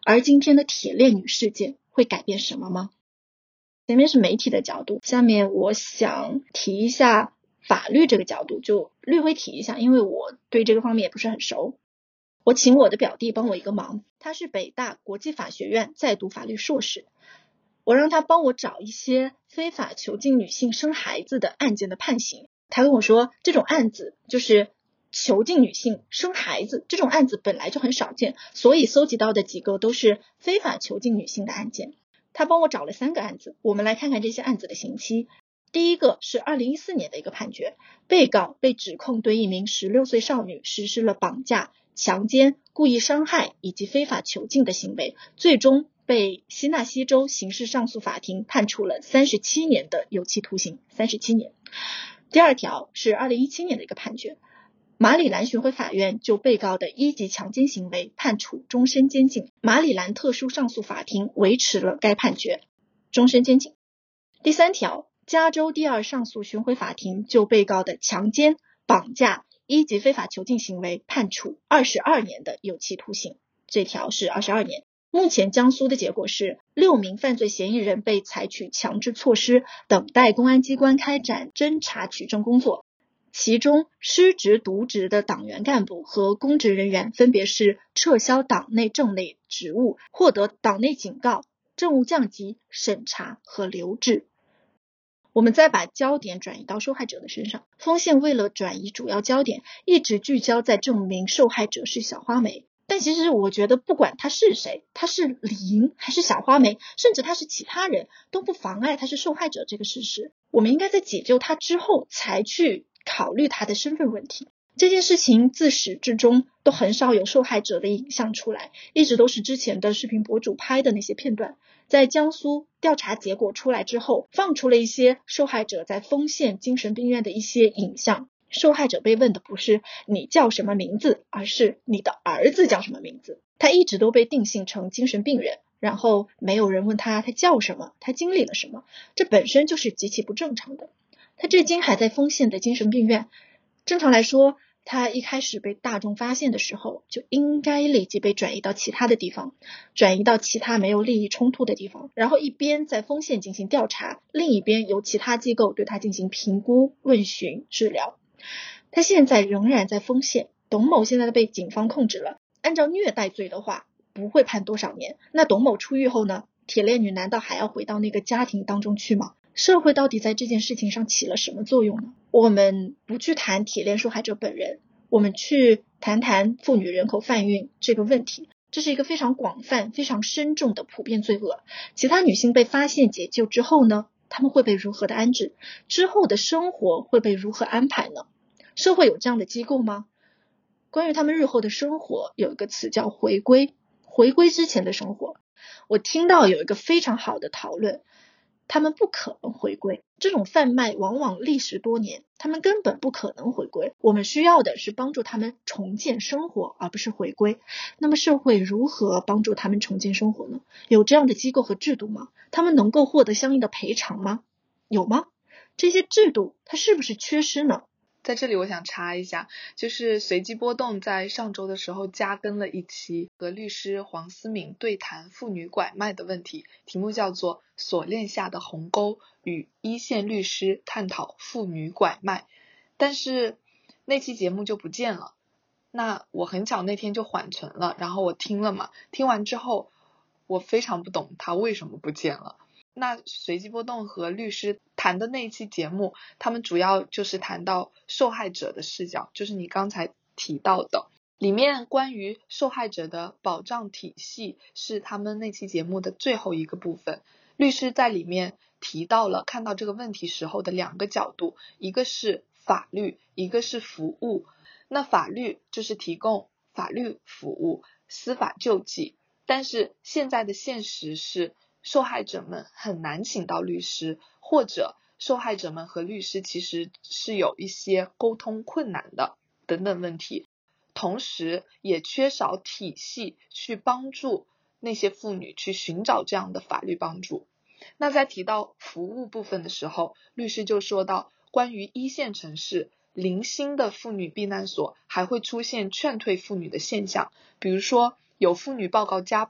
而今天的铁链女事件会改变什么吗？前面是媒体的角度，下面我想提一下法律这个角度，就略微提一下，因为我对这个方面也不是很熟。我请我的表弟帮我一个忙，他是北大国际法学院在读法律硕士，我让他帮我找一些非法囚禁女性生孩子的案件的判刑。他跟我说，这种案子就是囚禁女性生孩子，这种案子本来就很少见，所以搜集到的几个都是非法囚禁女性的案件。他帮我找了三个案子，我们来看看这些案子的刑期。第一个是二零一四年的一个判决，被告被指控对一名十六岁少女实施了绑架、强奸、故意伤害以及非法囚禁的行为，最终被西纳西州刑事上诉法庭判处了三十七年的有期徒刑，三十七年。第二条是二零一七年的一个判决，马里兰巡回法院就被告的一级强奸行为判处终身监禁，马里兰特殊上诉法庭维持了该判决，终身监禁。第三条，加州第二上诉巡回法庭就被告的强奸、绑架、一级非法囚禁行为判处二十二年的有期徒刑，这条是二十二年。目前江苏的结果是六名犯罪嫌疑人被采取强制措施，等待公安机关开展侦查取证工作，其中失职渎职的党员干部和公职人员分别是撤销党内政类职务、获得党内警告、政务降级、审查和留置。我们再把焦点转移到受害者的身上，丰县为了转移主要焦点，一直聚焦在证明受害者是小花梅。但其实我觉得不管他是谁，他是李莹还是小花梅，甚至他是其他人，都不妨碍他是受害者这个事实。我们应该在解救他之后才去考虑他的身份问题。这件事情自始至终都很少有受害者的影像出来，一直都是之前的视频博主拍的那些片段。在江苏调查结果出来之后，放出了一些受害者在丰县精神病院的一些影像。受害者被问的不是你叫什么名字，而是你的儿子叫什么名字。他一直都被定性成精神病人，然后没有人问他他叫什么，他经历了什么，这本身就是极其不正常的。他至今还在丰县的精神病院，正常来说他一开始被大众发现的时候就应该立即被转移到其他的地方，转移到其他没有利益冲突的地方，然后一边在丰县进行调查，另一边由其他机构对他进行评估、问询、治疗。他现在仍然在丰县，董某现在被警方控制了，按照虐待罪的话不会判多少年。那董某出狱后呢，铁链女难道还要回到那个家庭当中去吗？社会到底在这件事情上起了什么作用呢？我们不去谈铁链受害者本人，我们去谈谈妇女人口贩运这个问题。这是一个非常广泛、非常深重的普遍罪恶。其他女性被发现解救之后呢，她们会被如何的安置？之后的生活会被如何安排呢？社会有这样的机构吗？关于他们日后的生活，有一个词叫回归，回归之前的生活。我听到有一个非常好的讨论，他们不可能回归，这种贩卖往往历时多年，他们根本不可能回归。我们需要的是帮助他们重建生活，而不是回归。那么社会如何帮助他们重建生活呢？有这样的机构和制度吗？他们能够获得相应的赔偿吗？有吗？这些制度它是不是缺失呢？ 在这里我想插一下，就是随机波动在上周的时候加更了一期和律师黄思敏对谈妇女拐卖的问题，题目叫做锁链下的鸿沟，与一线律师探讨妇女拐卖。但是那期节目就不见了，那我很巧那天就缓存了，然后我听了嘛，听完之后我非常不懂他为什么不见了。那随机波动和律师谈的那一期节目，他们主要就是谈到受害者的视角，就是你刚才提到的，里面关于受害者的保障体系是他们那期节目的最后一个部分。律师在里面提到了看到这个问题时候的两个角度，一个是法律，一个是服务。那法律就是提供法律服务、司法救济，但是现在的现实是受害者们很难请到律师，或者受害者们和律师其实是有一些沟通困难的等等问题，同时也缺少体系去帮助那些妇女去寻找这样的法律帮助。那在提到服务部分的时候，律师就说到关于一线城市零星的妇女避难所还会出现劝退妇女的现象，比如说有妇女报告家暴，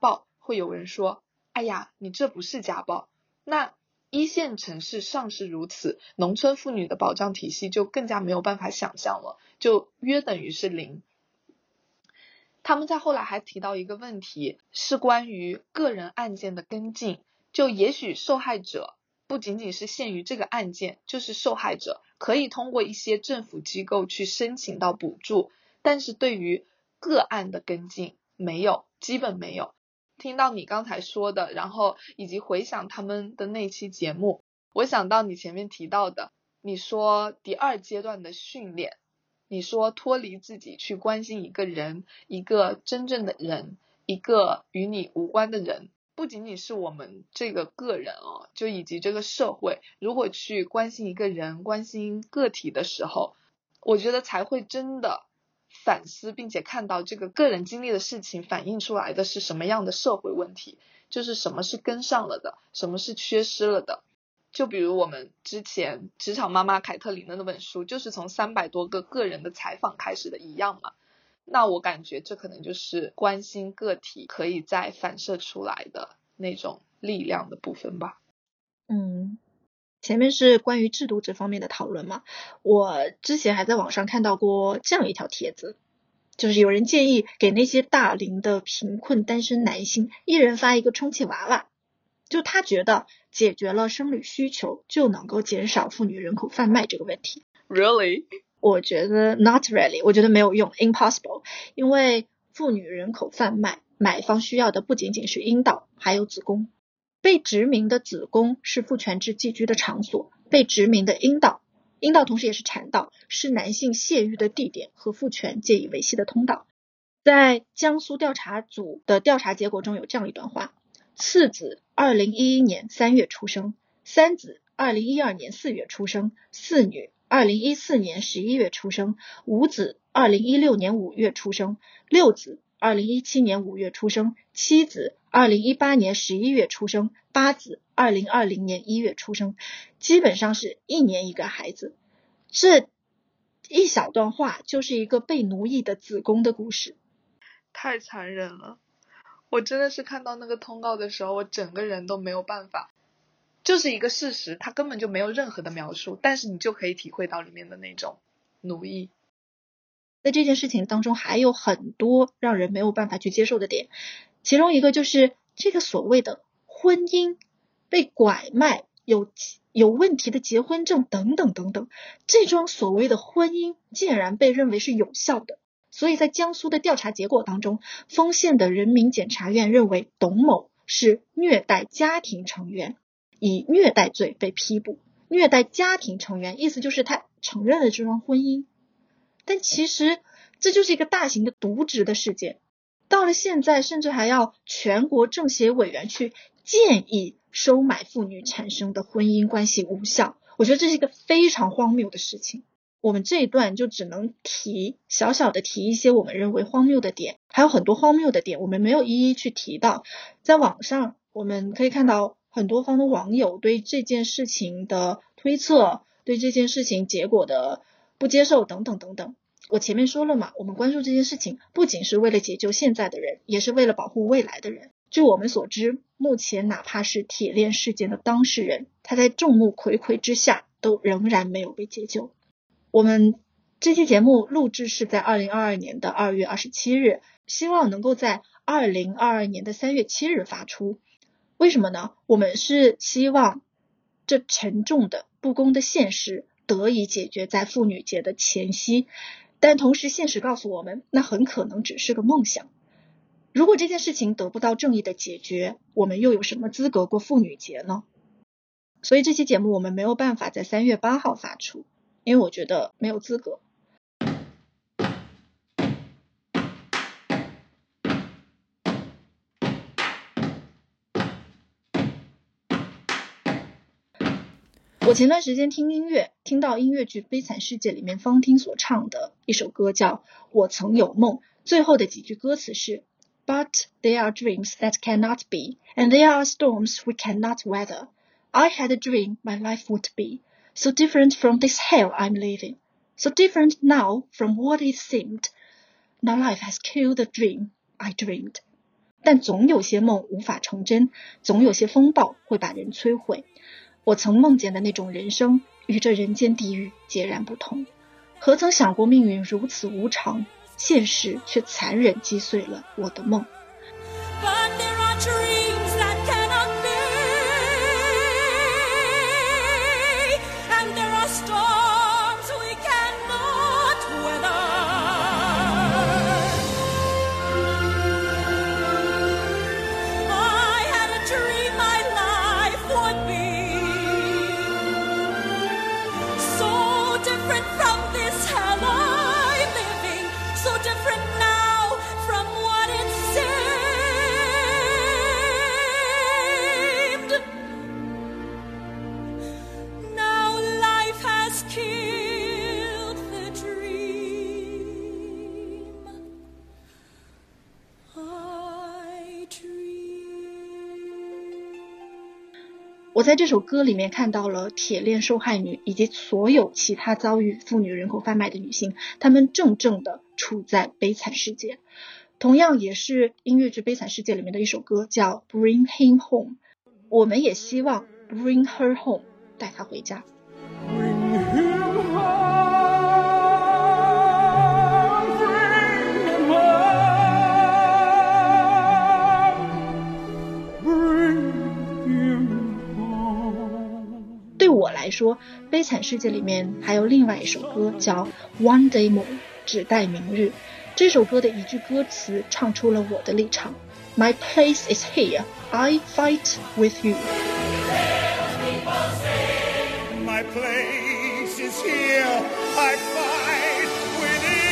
会有人说，哎呀，你这不是家暴。那一线城市尚是如此，农村妇女的保障体系就更加没有办法想象了，就约等于是零。他们在后来还提到一个问题，是关于个人案件的跟进，就也许受害者不仅仅是限于这个案件，就是受害者可以通过一些政府机构去申请到补助，但是对于个案的跟进没有，基本没有。听到你刚才说的，然后以及回想他们的那期节目，我想到你前面提到的，你说第二阶段的训练，你说脱离自己去关心一个人，一个真正的人，一个与你无关的人，不仅仅是我们这个个人哦，就以及这个社会，如果去关心一个人，关心个体的时候，我觉得才会真的反思，并且看到这个个人经历的事情反映出来的是什么样的社会问题，就是什么是跟上了的，什么是缺失了的。就比如我们之前职场妈妈凯特琳的那本书，就是从三百多个个人的采访开始的一样嘛。那我感觉这可能就是关心个体可以再反射出来的那种力量的部分吧。 嗯，前面是关于制度这方面的讨论嘛，我之前还在网上看到过这样一条帖子，就是有人建议给那些大龄的贫困单身男性一人发一个充气娃娃，就他觉得解决了生理需求就能够减少妇女人口贩卖这个问题。 Really？ 我觉得 not really， 我觉得没有用， impossible。 因为妇女人口贩卖买方需要的不仅仅是阴道，还有子宫。被殖民的子宫是父权制寄居的场所，被殖民的阴道，阴道同时也是产道，是男性泄欲的地点和父权借以维系的通道。在江苏调查组的调查结果中有这样一段话，次子二零一一年三月出生，三子二零一二年四月出生，四女二零一四年十一月出生，五子二零一六年五月出生，六子二零一七年五月出生，七子二零一八年十一月出生，八子二零二零年一月出生，基本上是一年一个孩子。这一小段话就是一个被奴役的子宫的故事。 太残忍了，我真的是看到那个通告的时候，我整个人都没有办法，就是一个事实，它根本就没有任何的描述，但是你就可以体会到里面的那种奴役。 在这件事情当中还有很多让人没有办法去接受的点，其中一个就是这个所谓的婚姻被拐卖，有有问题的结婚证等等等等，这桩所谓的婚姻竟然被认为是有效的。所以在江苏的调查结果当中，丰县的人民检察院认为董某是虐待家庭成员，以虐待罪被批捕。虐待家庭成员意思就是他承认了这桩婚姻，但其实这就是一个大型的渎职的事件。到了现在甚至还要全国政协委员去建议收买妇女产生的婚姻关系无效，我觉得这是一个非常荒谬的事情。我们这一段就只能提小小的提一些我们认为荒谬的点，还有很多荒谬的点我们没有一一去提到。在网上我们可以看到很多方的网友对这件事情的推测，对这件事情结果的不接受等等等等。我前面说了嘛，我们关注这件事情不仅是为了解救现在的人，也是为了保护未来的人。据我们所知，目前哪怕是铁链事件的当事人，他在众目睽睽之下都仍然没有被解救。我们这期节目录制是在二零二二年的二月二十七日，希望能够在二零二二年的三月七日发出。为什么呢？我们是希望这沉重的不公的现实得以解决在妇女节的前夕，但同时现实告诉我们，那很可能只是个梦想。如果这件事情得不到正义的解决，我们又有什么资格过妇女节呢？所以这期节目我们没有办法在三月八号发出，因为我觉得没有资格。我前段时间听音乐，听到音乐剧《悲惨世界》里面方汀所唱的一首歌叫《我曾有梦》，最后的几句歌词是 But there are dreams that cannot be, and there are storms we cannot weather. I had a dream my life would be, so different from this hell I'm living, so different now from what it seemed. Now life has killed the dream I dreamed. 但总有些梦无法成真，总有些风暴会把人摧毁。我曾梦见的那种人生，与这人间地狱截然不同。何曾想过命运如此无常，现实却残忍击碎了我的梦。我在这首歌里面看到了铁链受害女以及所有其他遭遇妇女人口贩卖的女性，她们正正的处在悲惨世界。同样也是音乐剧《悲惨世界》里面的一首歌叫 Bring Him Home， 我们也希望 Bring Her Home， 带她回家。 Bring him home. 对我来说，悲惨世界里面还有另外一首歌叫 One Day More， 只待明日。这首歌的一句歌词唱出了我的立场， My place is here, I fight with you。 My place is here, I fight with you。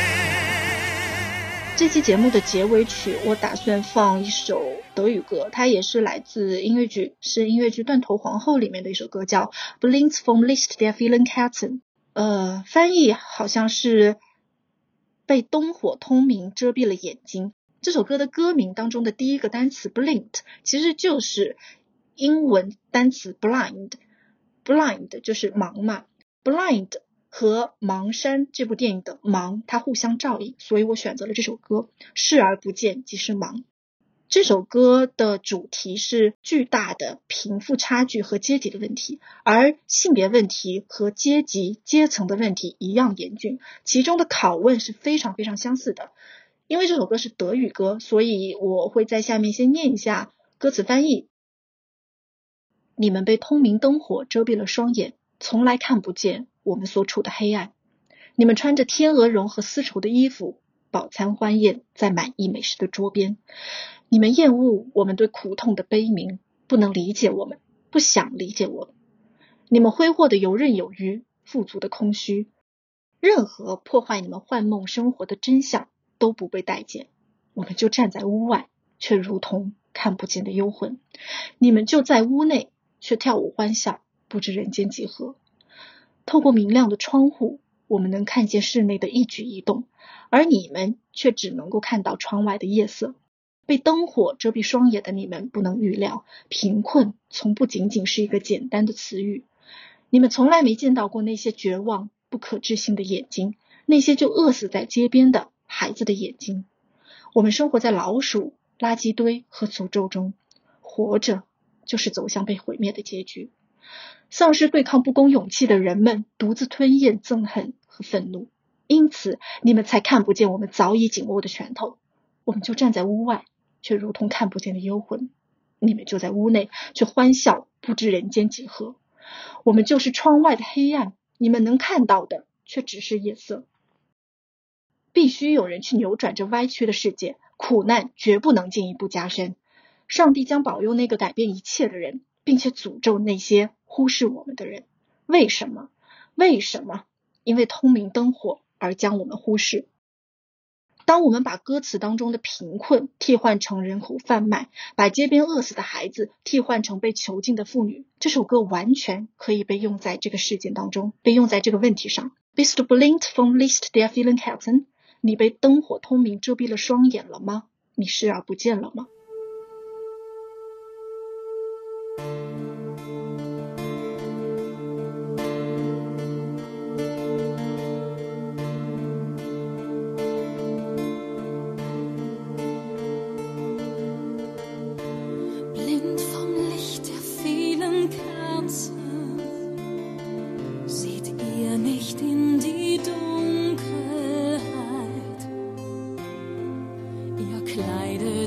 这期节目的结尾曲我打算放一首德语歌，它也是来自音乐剧，是音乐剧《断头皇后》里面的一首歌，叫 Blinds vom Licht der vielen Kerzen。 呃，翻译好像是被灯火通明遮蔽了眼睛。这首歌的歌名当中的第一个单词 blind 其实就是英文单词 blind， blind 就是盲嘛， blind 和盲山这部电影的盲它互相照应，所以我选择了这首歌，视而不见即是盲。这首歌的主题是巨大的贫富差距和阶级的问题，而性别问题和阶级阶层的问题一样严峻，其中的拷问是非常非常相似的。因为这首歌是德语歌，所以我会在下面先念一下歌词翻译。你们被通明灯火遮蔽了双眼，从来看不见我们所处的黑暗。你们穿着天鹅绒和丝绸的衣服，饱餐欢宴在满意美食的桌边。你们厌恶我们对苦痛的悲鸣，不能理解我们，不想理解我们。你们挥霍的游刃有余，富足的空虚。任何破坏你们幻梦生活的真相都不被待见。我们就站在屋外，却如同看不见的幽魂。你们就在屋内，却跳舞欢笑，不知人间几何。透过明亮的窗户，我们能看见室内的一举一动，而你们却只能够看到窗外的夜色。被灯火遮蔽双眼的你们不能预料，贫困从不仅仅是一个简单的词语。你们从来没见到过那些绝望不可置信的眼睛，那些就饿死在街边的孩子的眼睛。我们生活在老鼠、垃圾堆和诅咒中，活着就是走向被毁灭的结局。丧失对抗不公勇气的人们独自吞咽憎恨和愤怒，因此你们才看不见我们早已紧握的拳头。我们就站在屋外，却如同看不见的幽魂。你们就在屋内，却欢笑不知人间几何。我们就是窗外的黑暗，你们能看到的却只是夜色。必须有人去扭转这歪曲的世界，苦难绝不能进一步加深。上帝将保佑那个改变一切的人，并且诅咒那些忽视我们的人。为什么？为什么？因为通明灯火而将我们忽视。当我们把歌词当中的贫困替换成人口贩卖，把街边饿死的孩子替换成被囚禁的妇女，这首歌完全可以被用在这个事件当中，被用在这个问题上。Bist du blind vom Licht der vielen Kerzen？ 你被灯火通明遮蔽了双眼了吗？你视而不见了吗？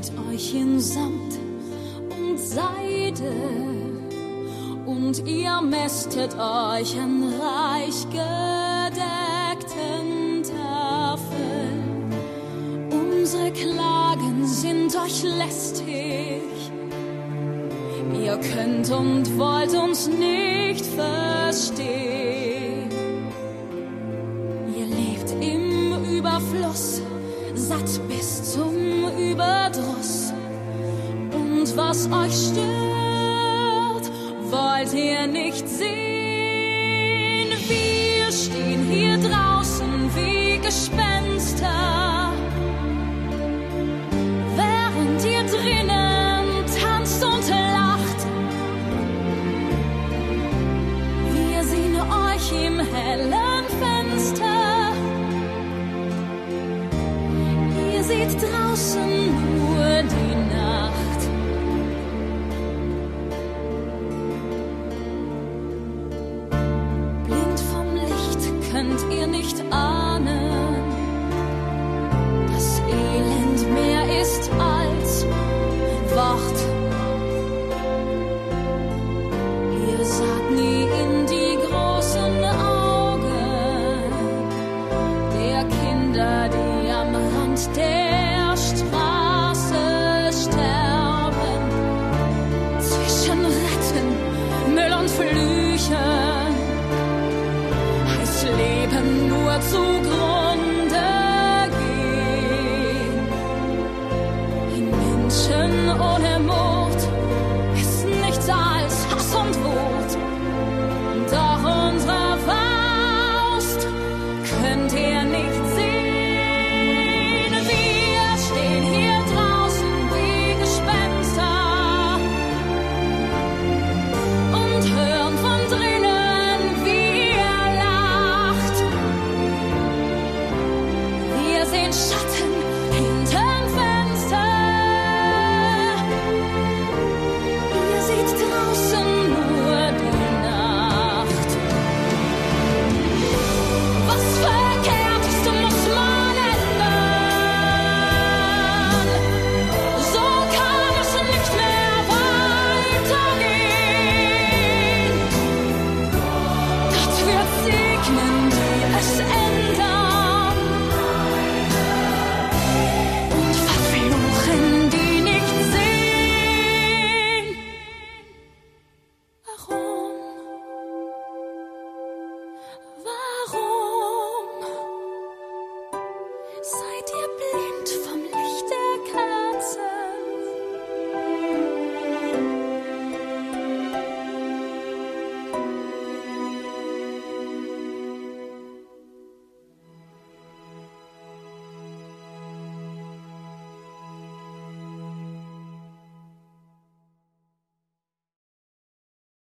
kleidet euch in Samt und Seide und ihr mästet euch an reich gedeckten Tafeln. Unsere Klagen sind euch lästig, ihr könnt und wollt uns nicht verstehen. Ihr lebt im Überfluss, satt bis zum Überdruss. Und was euch stört, wollt ihr nicht sehen. Wir stehen hier draußen wie Gespenster, während ihr drinnen tanzt und lacht. Wir sehen euch im hellen Fenster, ihr seht draußen nur die Nacht. Blind vom Licht könnt ihr nicht ahnen, das Elend mehr ist als Wort. Ihr saht nie in die großen Augen der Kinder, die am Rand der Straße sterben. Zwischen Retten, Müll und Flüchen heißt Leben nur zu groß.